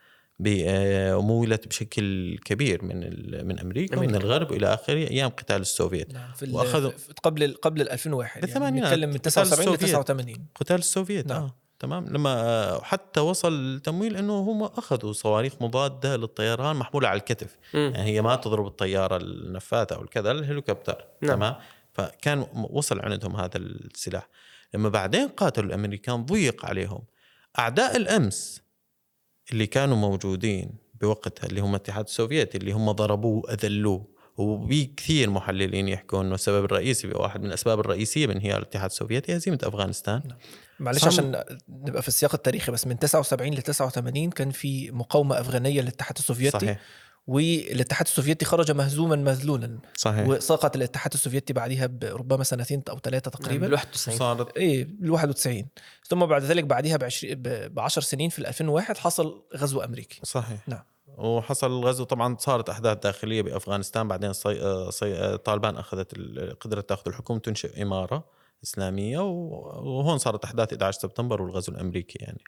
مولت بشكل كبير من من أمريكا ومن الغرب إلى آخره أيام قتال السوفيت. نعم. وأخذوا قبل قبل ألفين وواحد بالثمانينات، يعني نتكلم من تسعة وسبعين ل تسعة وثمانين قتال السوفيت. نعم. آه. تمام. لما حتى وصل التمويل انه هم اخذوا صواريخ مضاده للطيران محموله على الكتف. م. يعني هي ما تضرب الطياره النفاثه او الكذا، الهليكوبتر. نعم. تمام. فكان وصل عندهم هذا السلاح. لما بعدين قاتلوا الامريكان ضيق عليهم. اعداء الامس اللي كانوا موجودين بوقتها اللي هم الاتحاد السوفيتي اللي هم ضربوه اذلوه، وبي كثير محللين يحكون انه السبب الرئيسي واحد من الاسباب الرئيسيه من هي الاتحاد السوفيتي هزيمه افغانستان. نعم. معلش عشان نبقى في السياق التاريخي، بس من تسعة وسبعين ل تسعة وثمانين كان في مقاومة أفغانية للاتحاد السوفيتي. صحيح. والاتحاد السوفيتي خرج مهزوما مذلولا. صحيح. وسقط الاتحاد السوفيتي بعدها بربما سنتين أو ثلاثة تقريبا. بالواحد وتسعين صارت إيه بالواحد وتسعين. ثم بعد ذلك بعدها بعشر سنين في الألفين وواحد حصل غزو أمريكي. صحيح. نعم. وحصل الغزو. طبعا صارت أحداث داخلية بأفغانستان، بعدين صي... صي... طالبان أخذت القدرة تأخذ الحكم تنشئ إمارة إسلامية، وهون صارت أحداث إحدى عشر سبتمبر والغزو الأمريكي يعني.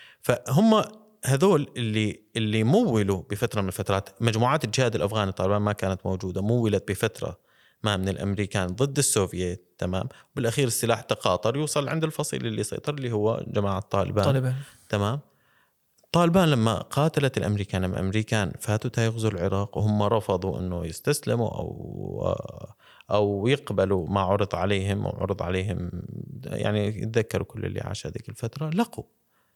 فهم هذول اللي اللي مولوا بفترة من الفترات. مجموعات الجهاد الأفغاني طالبان ما كانت موجودة، مولت بفترة ما من الأمريكان ضد السوفييت، تمام. بالأخير السلاح تقاطر يوصل عند الفصيل اللي سيطر اللي هو جماعة طالبان, طالبان. تمام. طالبان لما قاتلت الأمريكان، لما الأمريكان فاتوا تيغزوا العراق وهم رفضوا أنه يستسلموا أو أو يقبلوا ما عرض عليهم أو عرض عليهم، يعني يتذكروا كل اللي عاش هذيك الفترة، لقوا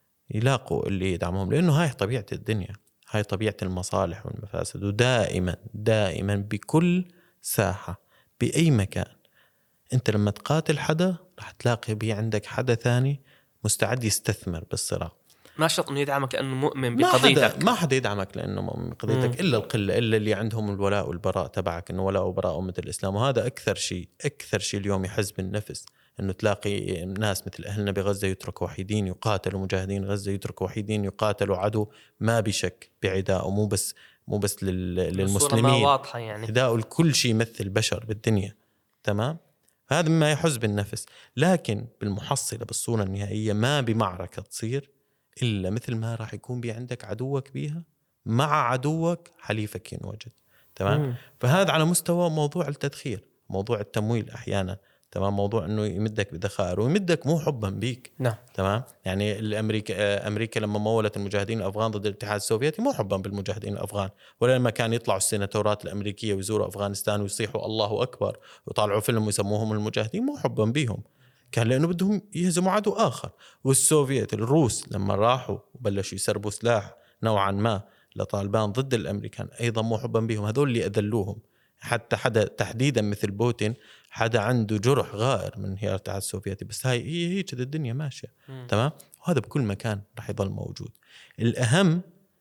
يلاقوا اللي يدعمهم، لأنه هاي طبيعة الدنيا، هاي طبيعة المصالح والمفاسد. ودائما دائما بكل ساحة بأي مكان أنت لما تقاتل حدا رح تلاقي بي عندك حدا ثاني مستعد يستثمر بالصراع. ما شرط انه يدعمك لانه مؤمن ما بقضيتك. حدا ما حدا يدعمك لانه مؤمن بقضيتك الا القله، الا اللي عندهم الولاء والبراء تبعك، انه ولاء وبراء امه الاسلام. وهذا اكثر شيء اكثر شيء اليوم يحز بالنفس، انه تلاقي ناس مثل اهلنا بغزه يتركوا وحيدين يقاتلوا، مجاهدين غزه يتركوا وحيدين يقاتلوا عدو ما بشك بعداء، ومو بس مو بس للمسلمين، ما واضحه يعني عداء لكل شيء يمثل البشر بالدنيا، تمام. هذا مما يحز بالنفس. لكن بالمحصله بالصوره النهائيه ما بمعركه تصير إلا مثل ما راح يكون بي عندك عدوك بيها مع عدوك حليفك ينوجد، تمام. مم. فهذا على مستوى موضوع التدخير، موضوع التمويل أحيانا، تمام. موضوع إنه يمدك بذخائر ويمدك مو حبا بيك، نعم. تمام. يعني الأمريكا أمريكا لما مولت المجاهدين الأفغان ضد الاتحاد السوفيتي مو حبا بالمجاهدين الأفغان، ولا لما كان يطلعوا السيناتورات الأمريكية ويزوروا أفغانستان ويصيحوا الله أكبر ويطالعوا فيلم ويسموهم المجاهدين، مو حبا بيهم، كان لأنه بدهم يهزموا عدو آخر. والسوفيت الروس لما راحوا وبلشوا يسربوا سلاح نوعا ما لطالبان ضد الأمريكان أيضا مو حبا بهم، هذول اللي أذلوهم. حتى حدا تحديدا مثل بوتين حدا عنده جرح غائر من انهيار الاتحاد السوفيتي، بس هاي هي هي كده الدنيا ماشية، تمام. وهذا بكل مكان رح يظل موجود. الأهم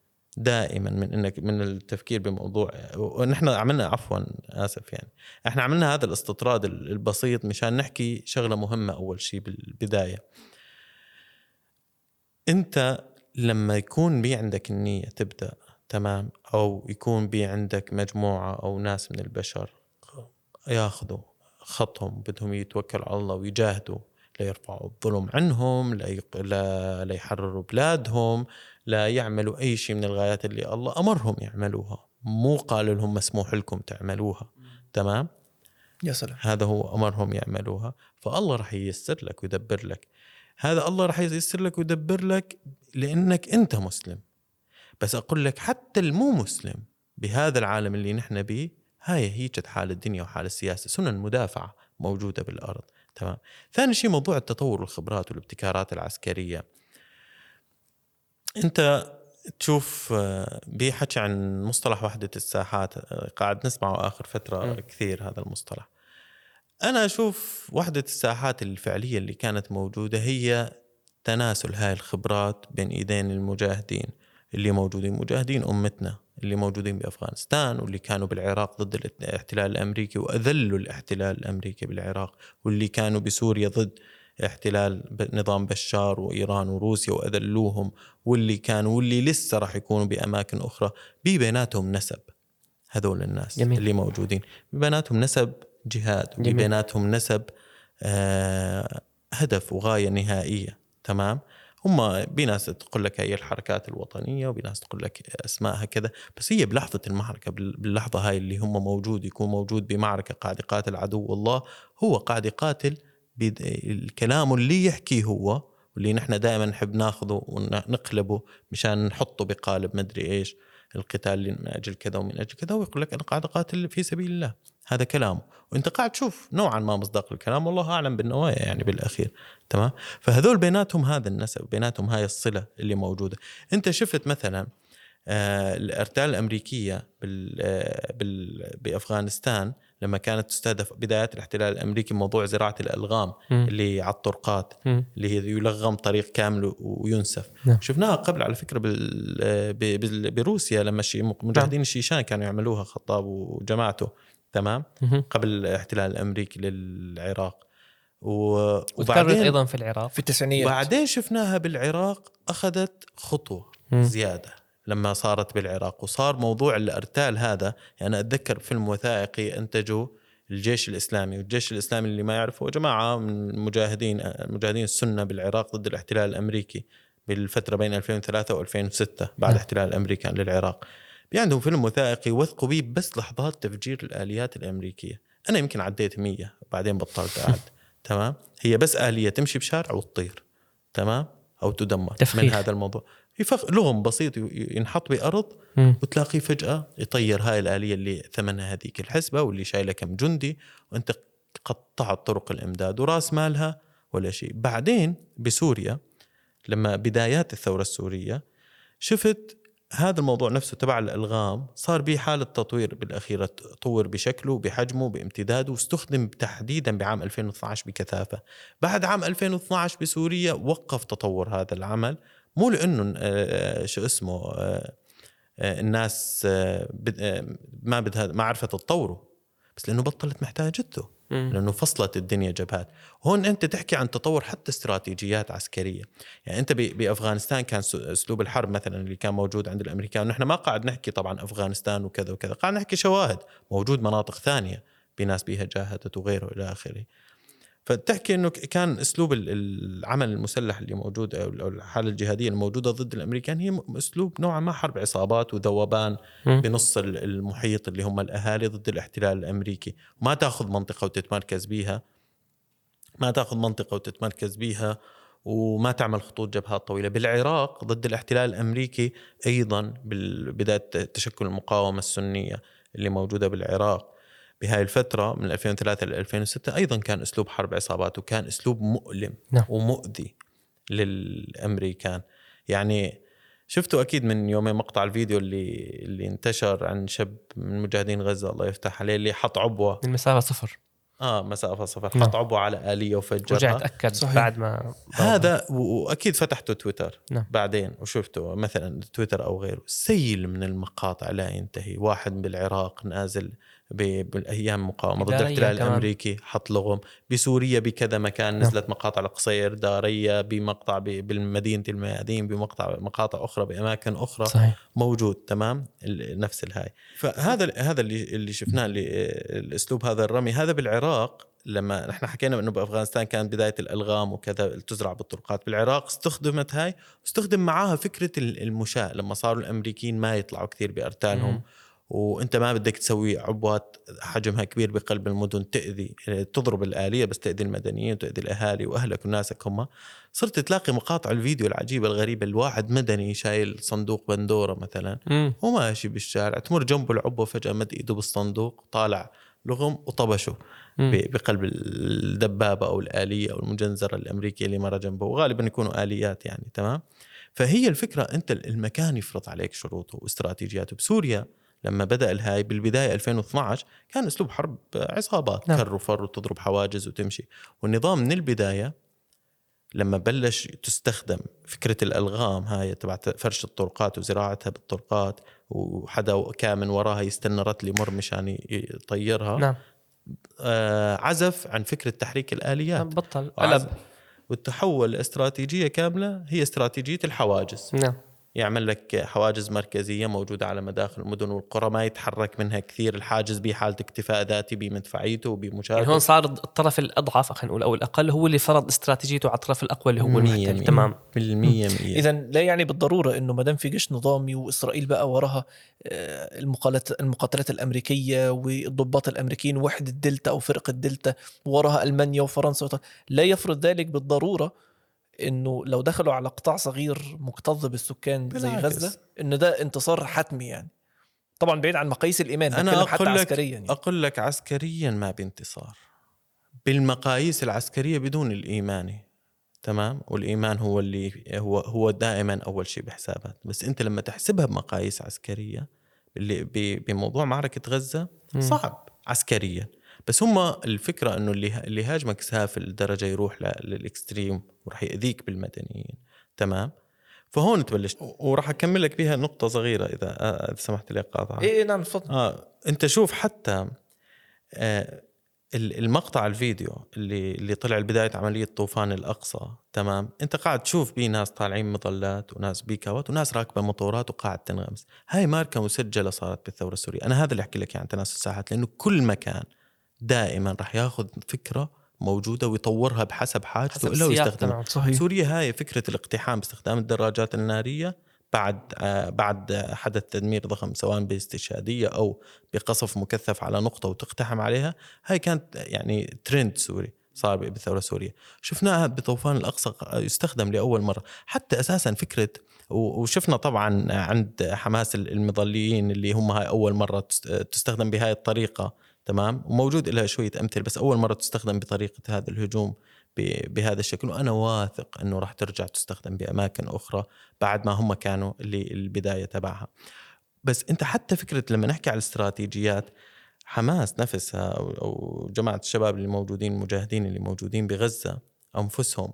دائما من انك من التفكير بموضوع، ونحن عملنا عفوا اسف يعني احنا عملنا هذا الاستطراد البسيط مشان نحكي شغله مهمه. اول شيء بالبدايه، انت لما يكون بي عندك النيه تبدا، تمام، او يكون بي عندك مجموعه او ناس من البشر ياخذوا خطهم بدهم يتوكلوا على الله ويجاهدوا ليرفعوا الظلم عنهم، لا, يق... لا... لا يحرروا بلادهم، لا يعملوا أي شيء من الغايات اللي الله أمرهم يعملوها، مو قالوا لهم مسموح لكم تعملوها، تمام. يا سلام. هذا هو أمرهم يعملوها، فالله رح ييسر لك ويدبر لك. هذا الله رح ييسر لك ويدبر لك لأنك أنت مسلم. بس أقول لك حتى المو مسلم بهذا العالم اللي نحن به، هاي هي جد حال الدنيا وحال السياسة، سنن مدافعة موجودة بالأرض، تمام. ثاني شيء موضوع التطور والخبرات والابتكارات العسكرية. أنت تشوف بيحكي عن مصطلح وحدة الساحات، قاعد نسمعه آخر فترة م. كثير هذا المصطلح. أنا أشوف وحدة الساحات الفعلية اللي كانت موجودة هي تناسل هاي الخبرات بين إيدين المجاهدين اللي موجودين، مجاهدين أمتنا اللي موجودين بأفغانستان واللي كانوا بالعراق ضد الاحتلال الأمريكي وأذلوا الاحتلال الأمريكي بالعراق، واللي كانوا بسوريا ضد احتلال نظام بشار وإيران وروسيا وأذلوهم، واللي كانوا واللي لسه راح يكونوا بأماكن أخرى. ببيناتهم نسب هذول الناس جميل. اللي موجودين ببيناتهم نسب جهاد، ببيناتهم نسب آه هدف وغاية نهائية، تمام. هم بناس تقول لك هي الحركات الوطنية وبناس تقول لك أسماءها كذا، بس هي بلحظة المعركة، باللحظة هاي اللي هم موجود يكون موجود بمعركة قاعد يقاتل عدو الله، هو قاعد يقاتل بالكلام اللي يحكيه هو، واللي نحن دائما نحب ناخذه ونقلبه مشان نحطه بقالب مدري إيش القتال من أجل كذا ومن أجل كذا، ويقول لك أنا قاعد أقاتل في سبيل الله. هذا كلامه، وانت قاعد تشوف نوعا ما مصداق الكلام، والله أعلم بالنوايا يعني بالأخير، تمام. فهذول بيناتهم هذا النسب، بيناتهم هاي الصلة اللي موجودة. انت شفت مثلا آه الارتال الأمريكية بال آه بال بأفغانستان لما كانت تستهدف بدايات الاحتلال الأمريكي موضوع زراعة الألغام م. اللي على الطرقات م. اللي هي يلغم طريق كامل وينسف. م. شفناها قبل على فكرة بال بروسيا لما مجاهدين الشيشان كانوا يعملوها، خطاب وجماعته، تمام، قبل الاحتلال الأمريكي للعراق. وبعدين أيضا في العراق في التسعينيات. بعدين شفناها بالعراق أخذت خطوة م. زيادة، لما صارت بالعراق، وصار موضوع الارتال هذا. يعني أنا أتذكر فيلم وثائقي أنتجه الجيش الإسلامي، والجيش الإسلامي اللي ما يعرفه جماعة من مجاهدين مجاهدين السنة بالعراق ضد الاحتلال الأمريكي بالفترة بين ألفين وثلاثة وألفين وستة بعد نعم. احتلال الأمريكان للعراق. عندهم فيلم وثائقي وثقوا بيه بس لحظات تفجير الآليات الأمريكية. أنا يمكن عديت مية بعدين بطلت أعد. تمام، هي بس آلية تمشي بشارع وتطير، تمام، أو تدمر تفخيخ. من هذا الموضوع. يفخ لغم بسيط ينحط بأرض مم. وتلاقيه فجأة يطير هاي الآلية اللي ثمنها هذيك الحسبة واللي شايلة كم جندي، وانت قطعت طرق الإمداد وراس مالها ولا شيء. بعدين بسوريا لما بدايات الثورة السورية شفت هذا الموضوع نفسه تبع الألغام صار به حالة تطوير بالأخيرة، تطور بشكله بحجمه بامتداده، واستخدم تحديدا بعام ألفين واثني عشر بكثافة. بعد عام ألفين واثني عشر بسوريا وقف تطور هذا العمل، مو لأنه آه شو اسمه آه آه الناس آه ما بدها ما عرفت تطوره، بس لأنه بطلت محتاجته، لأنه فصلت الدنيا جبهات. هون أنت تحكي عن تطور حتى استراتيجيات عسكرية. يعني أنت بأفغانستان كان أسلوب الحرب مثلا اللي كان موجود عند الأمريكان، ونحن ما قاعد نحكي طبعا أفغانستان وكذا وكذا، قاعد نحكي شواهد موجود مناطق ثانية بناس بيها جاهدت وغيره إلى آخره. فتحكي أنه كان أسلوب العمل المسلح اللي موجود أو الحالة الجهادية الموجودة ضد الأمريكان هي أسلوب نوعا ما حرب عصابات وذوبان بنص المحيط اللي هم الأهالي ضد الاحتلال الأمريكي. ما تأخذ منطقة وتتمركز بيها، ما تأخذ منطقة وتتمركز بيها وما تعمل خطوط جبهات طويلة. بالعراق ضد الاحتلال الأمريكي أيضا بداية تشكل المقاومة السنية اللي موجودة بالعراق بهاي الفترة من ألفين وثلاثة إلى ألفين وستة أيضا كان أسلوب حرب عصابات، وكان أسلوب مؤلم نعم. ومؤذي للأمريكان. يعني شفتوا أكيد من يومين مقطع الفيديو اللي اللي انتشر عن شاب من مجاهدين غزة الله يفتح عليه اللي حط عبوة المسافة صفر آه مسافة صفر، نعم. حط عبوة على آلية وفجرها. ورجع تأكد صحيح. بعد ما هذا وأكيد فتحته تويتر نعم. بعدين وشفته مثلا تويتر أو غيره، سيل من المقاطع لا ينتهي. واحد بالعراق نازل بالأيام مقاومة ضد الاحتلال الأمريكي حط لغم، بسوريا بكذا مكان نزلت مقاطع القصير دارية بمقطع بالمدينة الميادين بمقطع مقاطع أخرى بأماكن أخرى. صحيح. موجود تمام نفس الهاي. فهذا هذا اللي اللي شفناه اللي الأسلوب هذا الرمي هذا بالعراق. لما نحن حكينا انه بافغانستان كانت بدايه الالغام وكذا تزرع بالطرقات، بالعراق استخدمت هاي، واستخدم معاها فكره المشاة لما صاروا الامريكيين ما يطلعوا كثير بارتالهم م- وانت ما بدك تسوي عبوات حجمها كبير بقلب المدن تاذي تضرب الاليه بس تاذي المدنيين وتاذي الاهالي واهلك وناسك هم. صرت تلاقي مقاطع الفيديو العجيبه الغريبه، الواحد مدني شايل صندوق بندوره مثلا وماشي بالشارع، تمر جنبه العبوه فجاه مد ايده بالصندوق طالع لغم وطبشه بقلب الدبابة أو الآلية أو المجنزرة الأمريكية اللي مرة جنبه، وغالبا يكونوا آليات يعني. تمام. فهي الفكرة أنت المكان يفرض عليك شروطه واستراتيجياته. بسوريا لما بدأ الهاي بالبداية ألفين واثني عشر كان أسلوب حرب عصابات، نعم. كر وفر وتضرب حواجز وتمشي. والنظام من البداية لما بلش تستخدم فكرة الألغام هاي تبع فرش الطرقات وزراعتها بالطرقات، وحدا كامن وراها يستنى رتل يمر مشان يطيرها. نعم. آه عزف عن فكرة تحريك الآليات، بطل قلب، وتحول استراتيجية كاملة هي استراتيجية الحواجز. نعم. يعمل لك حواجز مركزية موجودة على مداخل المدن والقرى ما يتحرك منها كثير الحاجز، بحالة اكتفاء ذاتي بمدفعيته وبمشاهده. يعني هون صار الطرف الأضعف خلينا نقول أو الأقل هو اللي فرض استراتيجيته على الطرف الأقوى اللي هو المحتل. تمام بالمية. إذا لا يعني بالضرورة إنه ما دام في جيش نظامي وإسرائيل بقى وراها المقاتلات المقاتلات الأمريكية والضباط الأمريكيين وحدة دلتا أو فرقة دلتا وراها ألمانيا وفرنسا، لا يفرض ذلك بالضرورة إنه لو دخلوا على قطاع صغير مكتظ بالسكان زي غزة إنه ده انتصار حتمي. يعني طبعا بعيد عن مقاييس الإيمان، أنا أقول حتى لك عسكريا يعني. أقول لك عسكريا ما بانتصار بالمقاييس العسكرية بدون الإيماني. تمام. والإيمان هو اللي هو هو دائما أول شيء بحسابات. بس أنت لما تحسبها بمقاييس عسكرية اللي بموضوع معركة غزة صعب عسكريا، بس هم الفكرة إنه اللي اللي هاجمك سافل الدرجة يروح للإكستريم ورح يأذيك بالمدنيين. تمام. فهون تبلش وراح أكمل لك بها نقطة صغيرة إذا آه سمحت لي قاطعة. إيه نعم تفضل. آه أنت شوف حتى آه المقطع الفيديو اللي اللي طلع بداية عملية طوفان الأقصى، تمام، أنت قاعد تشوف بيه ناس طالعين مظلات وناس بيكاوات وناس راكبة موتورات وقاعد تنغمس. هاي ماركة مسجلة صارت بالثورة السورية. أنا هذا اللي أحكي لك عن تناسل الساحات، لأنه كل مكان دائما راح ياخذ فكرة موجودة ويطورها بحسب حاجته إلا ويستخدمها. سوريا هاي فكرة الاقتحام باستخدام الدراجات النارية بعد بعد حدث تدمير ضخم سواء باستشهادية أو بقصف مكثف على نقطة وتقتحم عليها، هاي كانت يعني ترند سوري صار بالثورة السورية. شفناها بطوفان الأقصى يستخدم لأول مرة. حتى أساسا فكرة، وشفنا طبعا عند حماس المظليين اللي هم هاي أول مرة تستخدم بهاي الطريقة، تمام، وموجود لها شوية أمثلة، بس أول مرة تستخدم بطريقة هذا الهجوم بهذا الشكل. وأنا واثق أنه راح ترجع تستخدم بأماكن أخرى بعد ما هم كانوا اللي البداية تبعها. بس أنت حتى فكرة لما نحكي على الاستراتيجيات، حماس نفسها أو جماعة الشباب اللي موجودين المجاهدين اللي موجودين بغزة أنفسهم،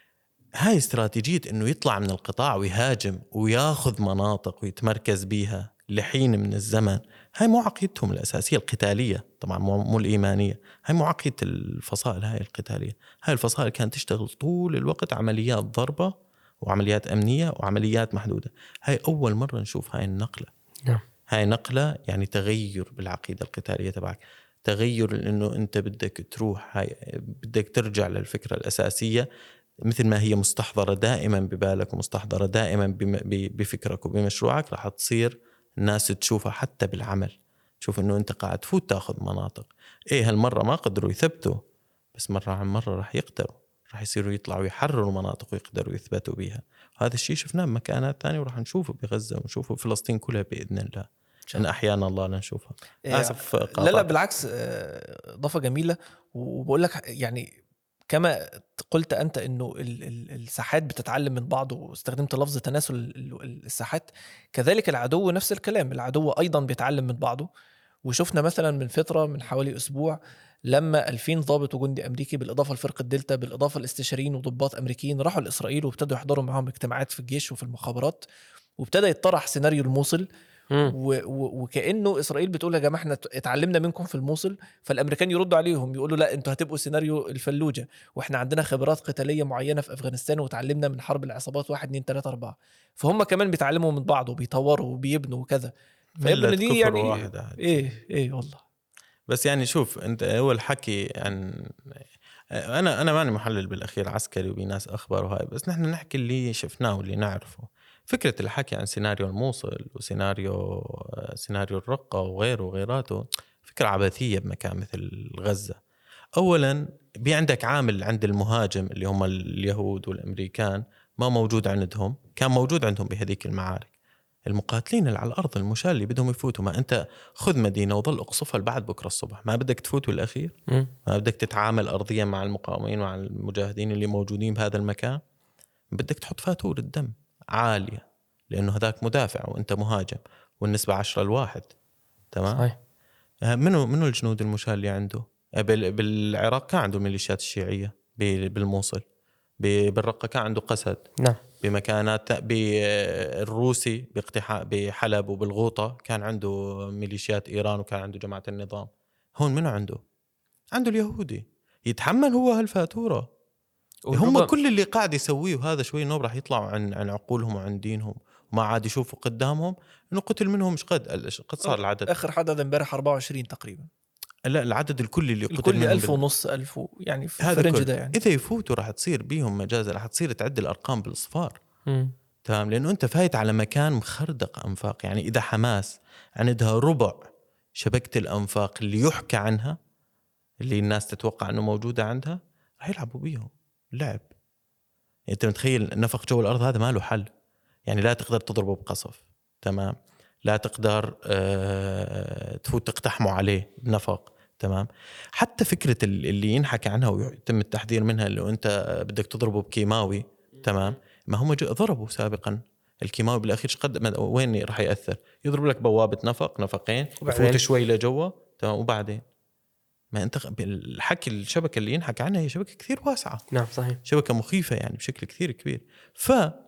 هاي استراتيجية أنه يطلع من القطاع ويهاجم وياخذ مناطق ويتمركز بيها لحين من الزمن. هاي مو عقيدتهم الأساسية القتالية، طبعا مو الإيمانية، هاي مو عقيدة الفصائل هاي القتالية. هاي الفصائل كانت تشتغل طول الوقت عمليات ضربة وعمليات أمنية وعمليات محدودة. هاي أول مرة نشوف هاي النقلة. نعم. هاي نقلة يعني تغير بالعقيدة القتالية تبعك، تغير لأنه أنت بدك تروح، هاي بدك ترجع للفكرة الأساسية مثل ما هي مستحضرة دائما ببالك ومستحضرة دائما بفكرك وبمشروعك. راح تصير الناس تشوفها حتى بالعمل، تشوف انه انت قاعد تفوت تاخذ مناطق. ايه هالمرة ما قدروا يثبتوا، بس مرة عن مرة راح يقدروا، راح يصيروا يطلعوا يحرروا مناطق ويقدروا يثبتوا بيها. هذا الشيء شفناه بمكانات ثانية وراح نشوفه بغزة ونشوفه في فلسطين كلها بإذن الله إن أحيانا الله لنشوفها. آسف لا لا بالعكس، إضافة جميلة. وبقول لك يعني كما قلت أنت أنه الساحات بتتعلم من بعض، واستخدمت لفظ تناسل الساحات، كذلك العدو نفس الكلام، العدو أيضا بيتعلم من بعضه. وشفنا مثلا من فترة من حوالي أسبوع لما ألفين ضابط وجندي أمريكي بالإضافة لفرقة دلتا بالإضافة لاستشاريين وضباط أمريكيين راحوا لإسرائيل وابتدوا يحضروا معهم اجتماعات في الجيش وفي المخابرات، وابتدى يطرح سيناريو الموصل. و و وكأنه إسرائيل بتقول يا جماعة احنا اتعلمنا منكم في الموصل، فالأمريكان يردوا عليهم يقولوا لا انتوا هتبقوا سيناريو الفلوجة، واحنا عندنا خبرات قتالية معينة في أفغانستان وتعلمنا من حرب العصابات واحد اتنين تلاتة أربعة. فهم كمان بيتعلموا من بعض وبيطوروا وبيبنوا وكذا. فيبقى دي يعني ايه ايه والله. بس يعني شوف انت اول حكي عن انا انا ماني محلل بالاخير عسكري وبناس اخبار وهاي، بس نحن نحكي اللي شفناه واللي نعرفه. فكرة الحكي عن سيناريو الموصل وسيناريو سيناريو الرقة وغيره وغيراته فكرة عبثية بمكان مثل غزة. أولا بي عندك عامل عند المهاجم اللي هم اليهود والأمريكان ما موجود عندهم، كان موجود عندهم بهذيك المعارك. المقاتلين اللي على الأرض المشال اللي بدهم يفوتوا، ما أنت خذ مدينة وظل أقصفها لبعد بكرة الصبح، ما بدك تفوتوا الأخير؟ م. ما بدك تتعامل أرضيا مع المقاومين ومع المجاهدين اللي موجودين بهذا المكان؟ بدك تحط فاتورة الدم عالية لأنه هذاك مدافع وأنت مهاجم، والنسبة عشرة لواحد. تمام. صحيح. منو منو الجنود المشال اللي عنده بالعراق؟ كان عنده الميليشيات الشيعية بالموصل، بالرقة كان عنده قسد. نعم. بمكانات بالروسي باقتحام بحلب وبالغوطة كان عنده ميليشيات إيران وكان عنده جماعة النظام. هون منو عنده؟ عنده اليهودي يتحمل هو هالفاتورة. هم كل اللي قاعد يسويه هذا شوي نوب راح يطلعوا عن عن عقولهم وعن دينهم، وما عاد يشوفوا قدامهم انه قتل منهم مش قد قد صار العدد اخر حدث امبارح أربعة وعشرين تقريبا. لا العدد الكلي اللي قتل منهم ألف ونص ألف يعني في الفرنج ده يعني. اذا يفوتوا راح تصير بيهم مجازة، راح تصير تعد الارقام بالاصفار. تمام. لانه انت فايت على مكان مخردق انفاق. يعني اذا حماس عندها ربع شبكة الانفاق اللي يحكى عنها اللي الناس تتوقع انه موجودة عندها، راح يلعبوا بيهم لعب. انت متخيل نفق جو الارض هذا ما له حل. يعني لا تقدر تضربه بقصف، تمام، لا تقدر أه تفوت تقتحموا عليه بنفق، تمام. حتى فكرة اللي ينحكى عنها ويتم التحذير منها اللي انت بدك تضربه بكيماوي، تمام، ما هم ضربوا سابقا الكيماوي بالاخير قد وين راح يأثر؟ يضرب لك بوابة نفق نفقين وفوت شوي لجوا، تمام، وبعدين ما انت الحكي الشبكة اللي ينحكى عنها هي شبكة كثير واسعة. نعم صحيح. شبكة مخيفة يعني بشكل كثير كبير. فهذا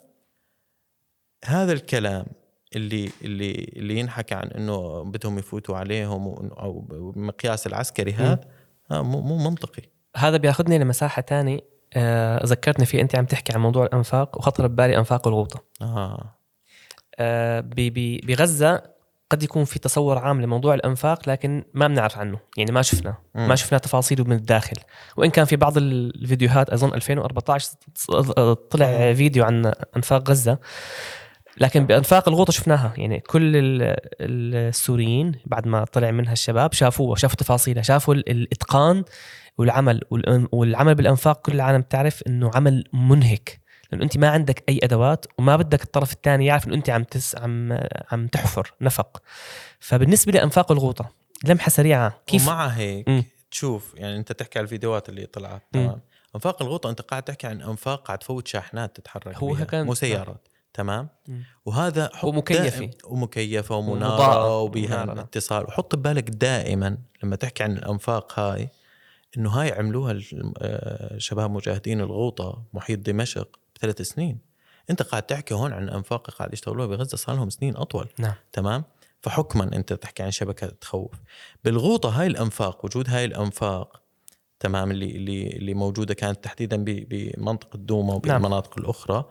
الكلام اللي اللي اللي ينحكى عن انه بدهم يفوتوا عليهم او بمقياس العسكري هذا آه مو مو منطقي. هذا بياخذني لمساحه تانية آه ذكرتني فيه انت عم تحكي عن موضوع الانفاق وخطر ببالي انفاق الغوطه. آه. آه بغزه قد يكون في تصور عام لموضوع الانفاق لكن ما بنعرف عنه، يعني ما شفنا م. ما شفنا تفاصيله من الداخل. وان كان في بعض الفيديوهات اظن ألفين وأربعة عشر طلع م. فيديو عن انفاق غزه، لكن بانفاق الغوطه شفناها. يعني كل السوريين بعد ما طلع منها الشباب شافوها، شافوا تفاصيلها، شافوا الاتقان والعمل والعمل بالانفاق. كل العالم تعرف انه عمل منهك، لانه انت ما عندك اي ادوات وما بدك الطرف الثاني يعرف انه انت عم تس عم عم تحفر نفق. فبالنسبه لانفاق الغوطه لمحه سريعه كيف ومع هيك م. تشوف، يعني انت تحكي على الفيديوهات اللي طلعت تمام. انفاق الغوطه انت قاعد تحكي عن انفاق قاعد تفوت شاحنات تتحرك هو بيها، مو سيارات. تمام. م. وهذا ومكيفه ومكيفه ومناره وبيها اتصال. وحط ببالك دائما لما تحكي عن الانفاق هاي انه هاي عملوها شباب مجاهدين الغوطه محيط دمشق بثلاث سنين. انت قاعد تحكي هون عن انفاق قاعد يشتغلوها بغزه صار لهم سنين اطول. نعم. تمام. فحكما انت تحكي عن شبكه تخوف. بالغوطه هاي الانفاق، وجود هاي الانفاق تمام اللي اللي اللي موجوده كانت تحديدا بمنطقه دوما وبالمناطق نعم. الاخرى،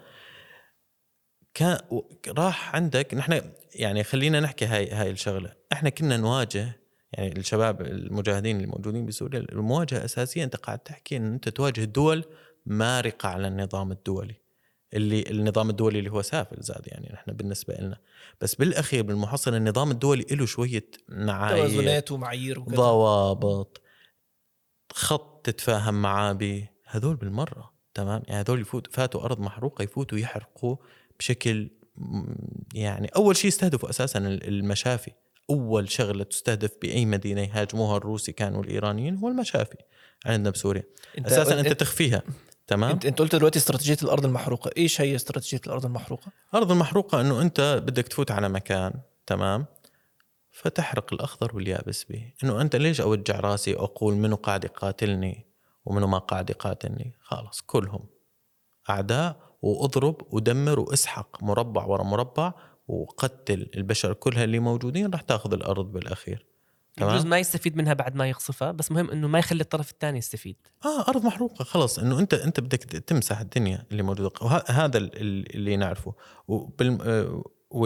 كان راح عندك نحن يعني خلينا نحكي هاي هاي الشغله. احنا كنا نواجه يعني الشباب المجاهدين الموجودين بسوريا، المواجهه اساسيه انت قاعد تحكي ان انت تواجه دول مارقه على النظام الدولي، اللي النظام الدولي اللي هو سافل زاد يعني نحن بالنسبه لنا. بس بالاخير بالمحصله النظام الدولي له شويه معايير توازنات ومعايير وكذا، ضوابط، خط تتفاهم معاه به. هذول بالمره تمام. يعني هذول يفوت فاتوا ارض محروقه يفوتوا يحرقوا بشكل يعني اول شيء يستهدفوا اساسا المشافي. اول شغله تستهدف باي مدينه يهاجموها الروسي كانوا الايرانيين هو المشافي عندنا بسوريا. اساسا انت, انت تخفيها. تمام. انت, انت قلت دلوقتي استراتيجيه الارض المحروقه. ايش هي استراتيجيه الارض المحروقه؟ الارض المحروقه انه انت بدك تفوت على مكان تمام فتحرق الاخضر واليابس به. انه انت ليش اوجع راسي واقول منو قاعد يقاتلني ومنو ما قاعد يقاتلني؟ خلاص كلهم اعداء، واضرب ودمر واسحق مربع ورا مربع وقتل البشر كلها اللي موجودين، راح تاخذ الارض بالاخير. يجوز ما يستفيد منها بعد ما يقصفها، بس مهم انه ما يخلي الطرف الثاني يستفيد. اه ارض محروقه خلاص انه انت انت بدك تمسح الدنيا اللي موجوده. وهذا اللي نعرفه. وبال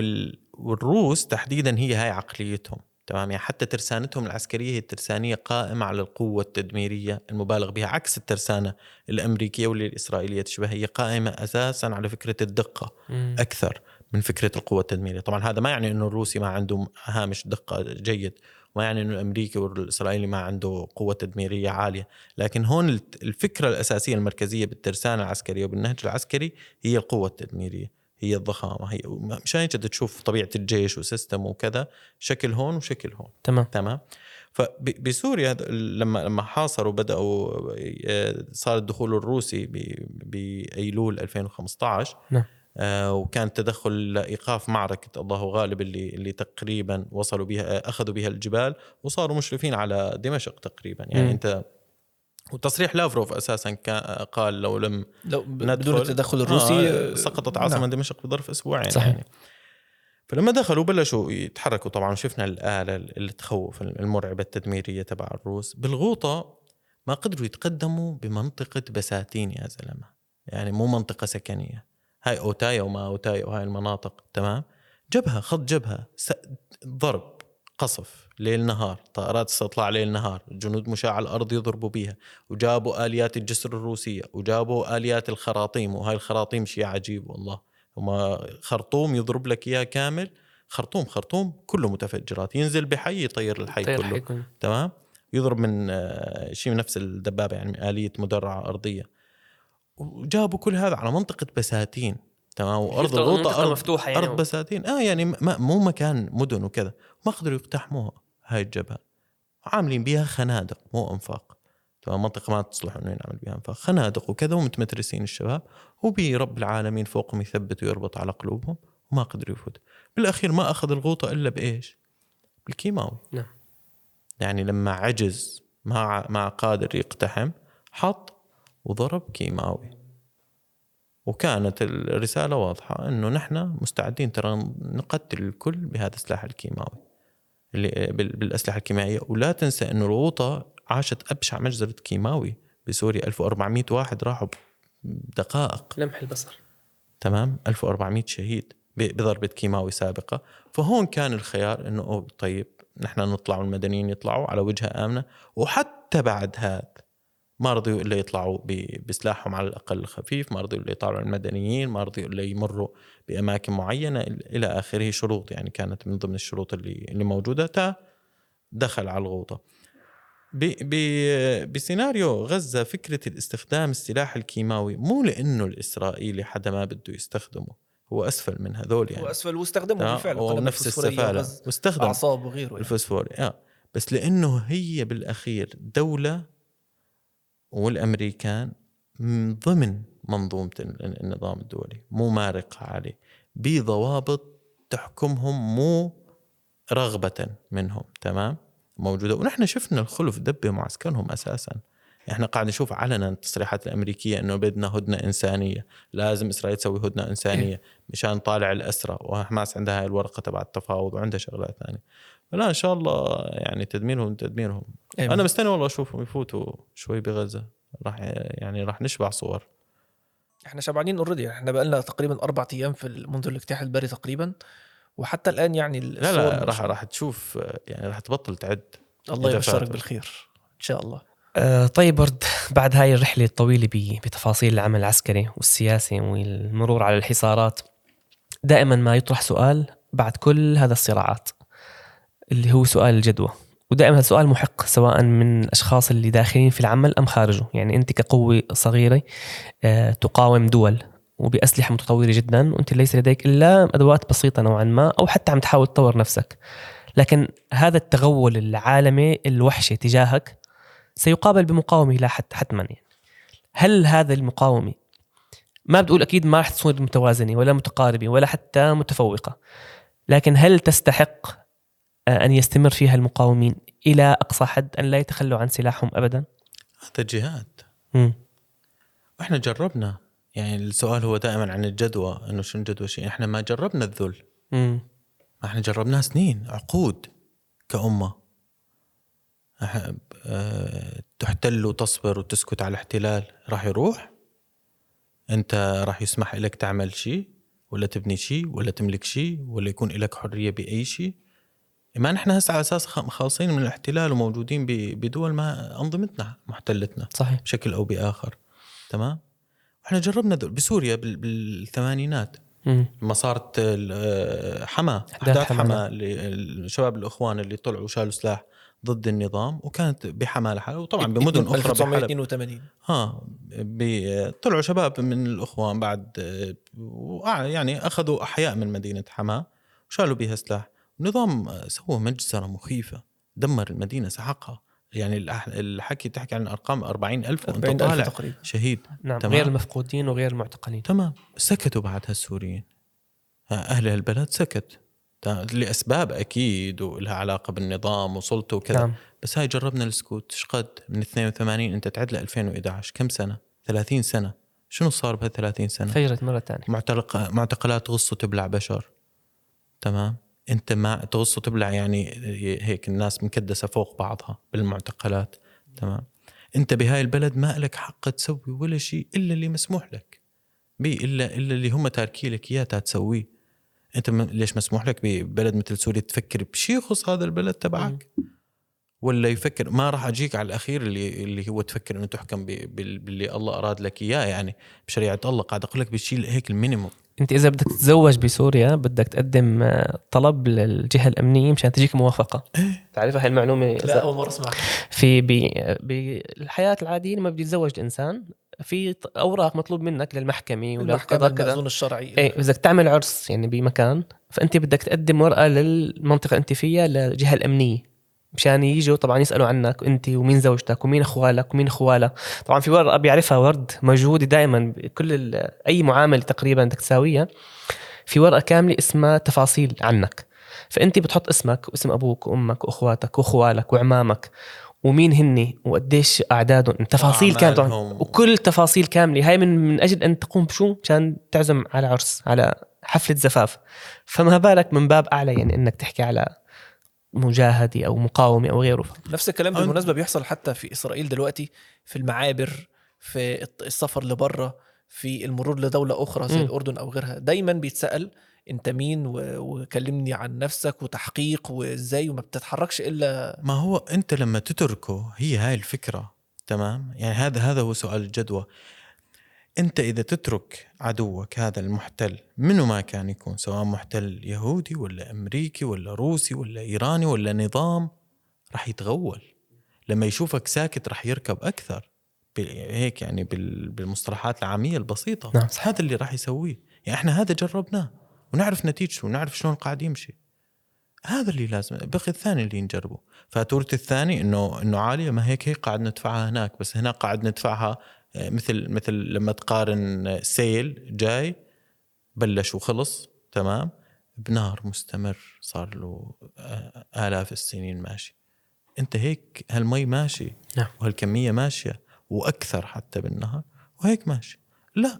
والروس تحديدا هي هاي عقليتهم تمام. يعني حتى ترسانتهم العسكريه هي الترسانيه قائمه على القوه التدميريه المبالغ بها، عكس الترسانه الامريكيه واللي الاسرائيليه تشبه. هي قائمه اساسا على فكره الدقه م. اكثر من فكره القوه التدميريه. طبعا هذا ما يعني انه الروسي ما عنده هامش دقه جيد، ما يعني انه الامريكي والاسرائيلي ما عنده قوه تدميريه عاليه، لكن هون الفكره الاساسيه المركزيه بالترسانه العسكريه وبالنهج العسكري هي القوه التدميريه، هي الضخامه. هي مشان كده تشوف طبيعه الجيش وسيستم وكذا، شكل هون وشكل هون. تمام تمام. فبسوريا لما لما حاصروا بداوا صار الدخول الروسي بايلول ألفين وخمسة عشر. نعم. آه وكان تدخل لإيقاف معركة الله غالب اللي اللي تقريبا وصلوا بها أخذوا بها الجبال وصاروا مشرفين على دمشق تقريبا. يعني م. أنت وتصريح لافروف أساسا قال لو لم لو بدون التدخل الروسي آه سقطت عاصمة نعم. دمشق بظرف أسبوعين. صحيح. يعني فلما دخلوا بلشوا يتحركوا. طبعا شفنا الآلة اللي تخوف المرعبة التدميرية تبع الروس. بالغوطة ما قدروا يتقدموا بمنطقة بساتين يا زلمة، يعني مو منطقة سكنية. هاي أوتايا وما أوتايا وهاي المناطق تمام. جبهة خط جبهة ضرب قصف ليل نهار، طائرات استطلاع ليل نهار، جنود مشاة على الأرض يضربوا بيها، وجابوا آليات الجسر الروسية وجابوا آليات الخراطيم. وهاي الخراطيم شيء عجيب والله، وما خرطوم يضرب لك إياه كامل، خرطوم خرطوم كله متفجرات، ينزل بحي يطير الحي كله حيكون. تمام. يضرب من شيء من نفس الدبابة يعني من آلية مدرعة أرضية. وجابوا كل هذا على منطقة بساتين تمام. وأرض الغوطة أرض مفتوحة يعني أرض بساتين آه يعني ما مو مكان مدن وكذا. ما قدروا يقتحموها هاي الجبهة، عاملين بيها خنادق مو أنفاق تمام. منطقة ما تصلح إنه ينعمل بيها أنفاق، خنادق وكذا، ومتمترسين الشباب وبرب العالمين فوقهم يثبت ويربط على قلوبهم، وما قدروا يفوت. بالأخير ما أخذ الغوطة إلا بإيش؟ بالكيماوي. نعم. يعني لما عجز ما ما قادر يقتحم حط وضرب كيماوي. وكانت الرسالة واضحة إنه نحن مستعدين ترى نقتل الكل بهذا السلاح الكيماوي اللي بالأسلحة الكيميائية. ولا تنسى إنه الغوطة عاشت أبشع مجزرة كيماوي بسوريا، ألف وأربعمية واحد راحوا بدقائق لمح البصر. تمام، ألف وأربعمية شهيد بضربة كيماوي سابقة. فهون كان الخيار إنه أوه طيب نحن نطلع والمدنيين يطلعوا على وجهة آمنة، وحتى بعد هذا ما رضيوا إلا يطلعوا بسلاحهم على الأقل خفيف، ما رضيوا إلا يطلعوا المدنيين، ما رضيوا إلا يمروا بأماكن معينة إلى آخره. شروط يعني كانت من ضمن الشروط اللي اللي موجودة تا دخل على الغوطة. بسيناريو غزة فكرة الاستخدام السلاح الكيماوي مو لأنه الإسرائيلي حدا ما بده يستخدمه، هو أسفل من هذول يعني، هو أسفل واستخدمه بالفعل، هو نفس السفالة واستخدم أعصاب وغيره يعني. الفوسفوري آه. بس لأنه هي بالأخير دولة والأمريكان من ضمن منظومة النظام الدولي، مو مارقة عليه بضوابط تحكمهم مو رغبة منهم، تمام موجودة. ونحن شفنا الخلف دب معسكرهم أساسا. احنا قاعد نشوف علنا التصريحات الأمريكية إنه بدنا هدنة إنسانية، لازم إسرائيل تسوي هدنة إنسانية مشان طالع الأسرة، وحماس عندها هاي الورقة تبع التفاوض وعندها شغلات ثانية. فلا إن شاء الله يعني تدميرهم تدميرهم. أيوة. أنا مستني والله أشوفهم يفوتوا شوي بغزة، راح يعني راح نشبع صور. احنا شبعانين اوريدي، احنا بقالنا تقريبا أربعة أيام في منذ الاجتياح البري تقريبا، وحتى الآن يعني لا لا راح راح تشوف يعني راح تبطل تعد. الله يبشرك بالخير إن شاء الله. آه طيب ورد، بعد هاي الرحلة الطويلة بتفاصيل العمل العسكري والسياسي والمرور على الحصارات، دائما ما يطرح سؤال بعد كل هذا الصراعات اللي هو سؤال الجدوى، ودائما هذا سؤال محق سواء من الأشخاص اللي داخلين في العمل أم خارجه. يعني أنت كقوة صغيرة آه تقاوم دول وبأسلحة متطورة جدا، وأنت ليس لديك إلا أدوات بسيطة نوعا ما، أو حتى عم تحاول تطور نفسك، لكن هذا التغول العالمي الوحشي تجاهك سيقابل بمقاومة لا حتى حتما. يعني هل هذا المقاومة، ما بتقول أكيد ما رح تصير متوازنة ولا متقاربة ولا حتى متفوقة، لكن هل تستحق أن يستمر فيها المقاومين إلى أقصى حد، أن لا يتخلوا عن سلاحهم أبدا؟ هذا جهاد. م. وإحنا جربنا، يعني السؤال هو دائما عن الجدوى، إنه شنو جدوى شيء. إحنا ما جربنا الذل، م. إحنا جربناه سنين عقود كأمة. تحتل وتصبر وتسكت على الاحتلال، راح يروح؟ أنت راح يسمح لك تعمل شيء ولا تبني شيء ولا تملك شيء ولا يكون لك حرية بأي شيء؟ ما نحن هسه على أساس خالصين من الاحتلال وموجودين بدول ما أنظمتنا محتلتنا صحيح بشكل أو بآخر، تمام. احنا جربنا بسوريا بالثمانينات لما صارت حما أحداث حما الشباب الأخوان اللي طلعوا شالوا سلاح ضد النظام، وكانت بحما لحالها، وطبعا بمدن أخرى ألف وتسعمية اثنين وثمانين ها طلعوا شباب من الأخوان بعد يعني أخذوا أحياء من مدينة حما وشالوا بها سلاح. النظام سوى مجزرة مخيفة، دمر المدينة سحقها. يعني الحكي تحكي عن أرقام أربعين ألف وأنت طالع شهيد. نعم. غير المفقودين وغير المعتقلين. تمام. سكتوا بعد هالسوريين، أهل البلد سكت لأسباب أكيد ولها علاقة بالنظام وسلطة وكذا. نعم. بس هاي جربنا السكوت. شقد من اثنين وثمانين أنت تعد ل ألفين وإحدى عشر، كم سنة؟ ثلاثين سنة. شنو صار بها ثلاثين سنة؟ فجرت مرة تانية. معتلق معتقلات غص وتبلع بشر، تمام. انت ما تغص وتبلع، يعني هيك الناس مكدسة فوق بعضها بالمعتقلات، تمام. انت بهاي البلد ما لك حق تسوي ولا شيء الا اللي مسموح لك بي، الا الا اللي هم تاركي لك اياه تسويه. انت م... ليش مسموح لك ببلد مثل سوريا تفكر بشيء يخص هذا البلد تبعك؟ ولا يفكر ما راح اجيك على الاخير اللي اللي هو تفكر انه تحكم ب... باللي الله اراد لك اياه، يعني بشريعة الله. قاعد اقول لك بالشيء هيك المينيموم. انت اذا بدك تتزوج بسوريا بدك تقدم طلب للجهه الامنيه مشان تجيك موافقه. إيه؟ تعرف هاي المعلومه؟ لا اول مره اسمعها. في بالحياه العاديه لما بدي يتزوج الانسان في اوراق مطلوب منك للمحكمه ولا كذا كذا الشرعي. ايه اذا بدك تعمل عرس يعني بمكان، فانت بدك تقدم ورقه للمنطقه اللي انت فيها للجهه الامنيه مشان يجوا طبعا يسالوا عنك انت ومين زوجتك ومين اخوالك ومين اخوالها. طبعا في ورقه بيعرفها ورد موجوده دائما بكل اي معامله تقريبا بدك تساويها، في ورقه كامله اسمها تفاصيل عنك. فانت بتحط اسمك واسم ابوك وامك واخواتك واخوالك وعمامك ومين هني وقديش اعدادهم، تفاصيل كامله وكل تفاصيل كامله. هاي من من اجل ان تقوم بشو؟ مشان تعزم على عرس، على حفله زفاف. فما بالك من باب اعلى يعني انك تحكي على مجاهدة أو مقاومة أو غيره. نفس الكلام بالمناسبة بيحصل حتى في إسرائيل دلوقتي، في المعابر، في السفر لبره، في المرور لدولة أخرى زي م. الأردن أو غيرها. دايما بيتسأل أنت مين وكلمني عن نفسك وتحقيق وإزاي، وما بتتحركش إلا ما هو أنت لما تتركه. هي هاي الفكرة، تمام؟ يعني هذا هذا هو سؤال الجدوى. أنت إذا تترك عدوك هذا المحتل منه ما كان يكون، سواء محتل يهودي ولا أمريكي ولا روسي ولا إيراني ولا نظام، رح يتغول. لما يشوفك ساكت رح يركب أكثر، هيك يعني بالمصطلحات العامية البسيطة. نعم. هذا اللي راح يسويه. يعني إحنا هذا جربناه ونعرف نتيجته ونعرف شلون قاعد يمشي. هذا اللي لازم. بقي الثاني اللي نجربه. فاتورة الثاني إنه إنه عالية، ما هيك هيك قاعد ندفعها هناك، بس هناك قاعد ندفعها مثل مثل لما تقارن سيل جاي بلش وخلص، تمام، بنار مستمر صار له آلاف السنين ماشي. انت هيك هالمي ماشي، نعم. وهالكمية ماشية وأكثر حتى بالنهر، وهيك ماشي. لا،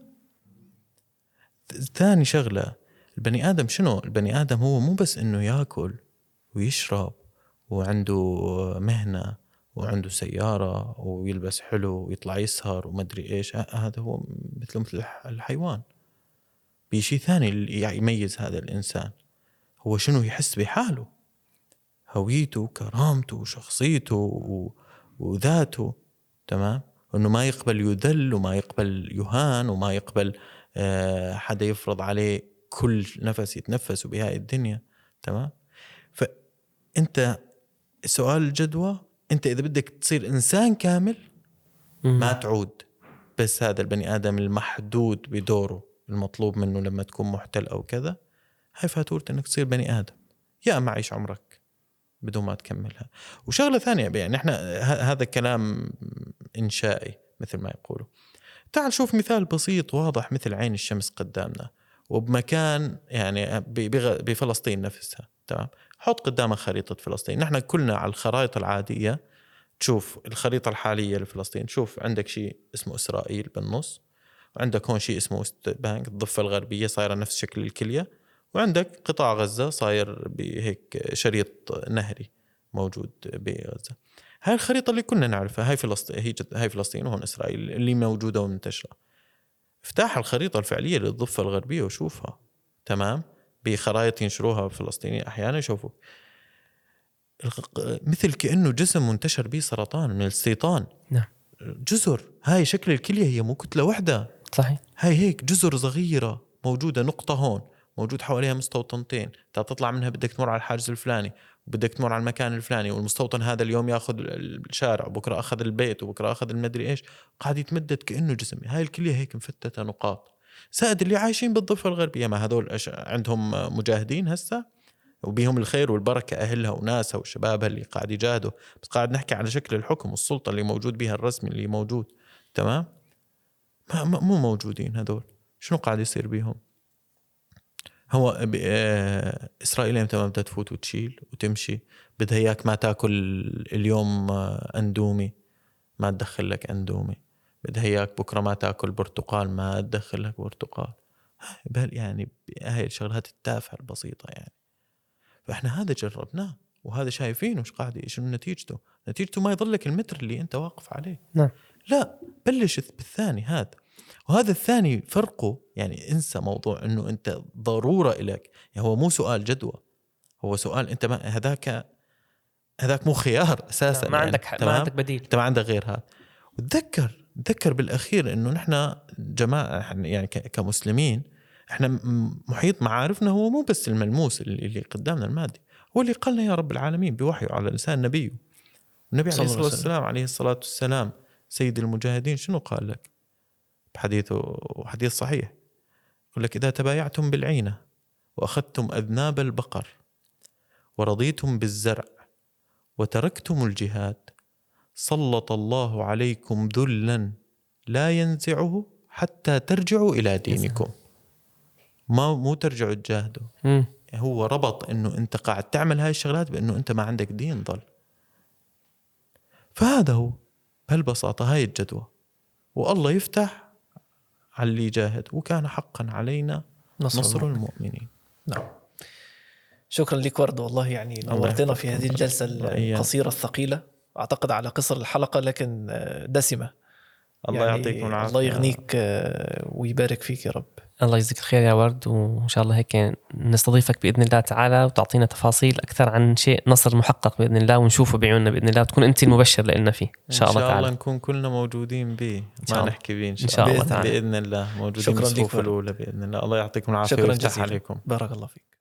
ثاني شغلة، البني آدم شنو؟ البني آدم هو مو بس إنه يأكل ويشرب وعنده مهنة وعنده سيارة ويلبس حلو ويطلع يسهر ومدري إيش. هذا هو مثل مثل الحيوان. بشيء ثاني اللي يميز هذا الإنسان هو شنو؟ يحس بحاله، هويته، كرامته، شخصيته وذاته، تمام؟ إنه ما يقبل يذل وما يقبل يهان وما يقبل آه حدا يفرض عليه كل نفس يتنفسه بهاي الدنيا، تمام؟ فأنت سؤال الجدوى، أنت إذا بدك تصير إنسان كامل ما تعود بس هذا البني آدم المحدود بدوره المطلوب منه لما تكون محتل أو كذا. هاي فاتورة إنك تصير بني آدم، يا أما عيش عمرك بدون ما تكملها. وشغلة ثانية، يعني إحنا هذا كلام إنشائي مثل ما يقولوا. تعال شوف مثال بسيط واضح مثل عين الشمس قدامنا وبمكان يعني بفلسطين نفسها، تمام؟ حط قدامك خريطة فلسطين. نحن كلنا على الخرائط العادية تشوف الخريطة الحالية لفلسطين، شوف عندك شيء اسمه إسرائيل بالنص، وعندك هون شيء اسمه وست بانك الضفة الغربية صايرة نفس شكل الكلية، وعندك قطاع غزة صاير بهيك شريط نهري موجود بغزة. هاي الخريطة اللي كنا نعرفها، هاي فلسطين، هي هاي فلسطين وهون إسرائيل اللي موجودة ومنتشرة. افتح الخريطة الفعلية للضفة الغربية وشوفها، تمام؟ بخرائط ينشروها فلسطينيين أحيانا يشوفوا مثل كأنه جسم منتشر به سرطان من السيطان. نعم. جزر، هاي شكل الكلية هي مو كتلة واحدة. صحيح. هاي هيك جزر صغيرة موجودة، نقطة هون موجود حواليها مستوطنتين، تطلع منها بدك تمر على الحاجز الفلاني وبدك تمر على المكان الفلاني، والمستوطن هذا اليوم ياخذ الشارع وبكرة أخذ البيت وبكرة أخذ المدري إيش، قاعد يتمدد كأنه جسم. هاي الكلية هيك مفتتة نقاط. سائد اللي عايشين بالضفة الغربية، ما هذول عندهم مجاهدين هسه وبيهم الخير والبركة، أهلها وناسها وشبابها اللي قاعد يجاهدوا، بس قاعد نحكي على شكل الحكم والسلطة اللي موجود بها، الرسمي اللي موجود، تمام؟ ما مو موجودين هذول. شنو قاعد يصير بيهم؟ هو إسرائيل يوم تمام تفوت وتشيل وتمشي، بدها إياك ما تأكل اليوم أندومي ما تدخل لك أندومي، بدها إياك بكرة ما تأكل برتقال ما تدخل لك برتقال. يعني هاي الشغلات التافهة البسيطة يعني. فإحنا هذا جربناه وهذا شايفينه وش قاعد شنو نتيجته. نتيجته ما يضلك المتر اللي أنت واقف عليه. نعم. لا، بلش بالثاني هذا، وهذا الثاني فرقه يعني انسى موضوع إنه أنت ضرورة إليك، يعني هو مو سؤال جدوى، هو سؤال أنت ما هذاك هذاك مو خيار أساسا. ما يعني عندك ما عندك بديل، أنت ما عندك غير هذا. وتذكر تذكر بالأخير إنه نحن جماعة يعني كمسلمين احنا محيط معارفنا هو مو بس الملموس اللي قدامنا المادي، هو اللي قالنا يا رب العالمين بوحيه على لسان نبيه. النبي عليه الصلاة والسلام عليه الصلاة والسلام سيد المجاهدين شنو قال لك بحديثه وحديث صحيح؟ يقول لك إذا تبايعتم بالعينة وأخذتم أذناب البقر ورضيتم بالزرع وتركتم الجهاد سلط الله عليكم ذلا لا ينزعه حتى ترجعوا إلى دينكم. ما مو ترجعوا تجاهدوا. هو ربط إنه أنت قاعد تعمل هاي الشغلات بإنه أنت ما عندك دين ضل. فهذا هو بهالبساطة هاي الجدوى، والله يفتح على اللي يجاهد، وكان حقا علينا نصر, نصر المؤمنين. نعم. شكرا لك ورد، والله يعني نورتنا في هذه الجلسة القصيرة الثقيلة، أعتقد على قصر الحلقة لكن دسمة. الله يعني يعطيكم العافية. الله يغنيك ويبارك فيك يا رب. الله يجزيك الخير يا ورد، وإن شاء الله هيك نستضيفك بإذن الله تعالى وتعطينا تفاصيل أكثر عن شيء نصر محقق بإذن الله، ونشوفه بعيوننا بإذن الله، وتكون أنت المبشر لنا فيه إن شاء الله تعالى. إن شاء الله نكون كلنا موجودين به، ما نحكي به إن شاء, إن شاء الله الله تعالى بإذن الله، موجودين بالصفوف الأولى بإذن الله. الله يعطيكم العافية ويفتح عليكم. بارك الله فيك.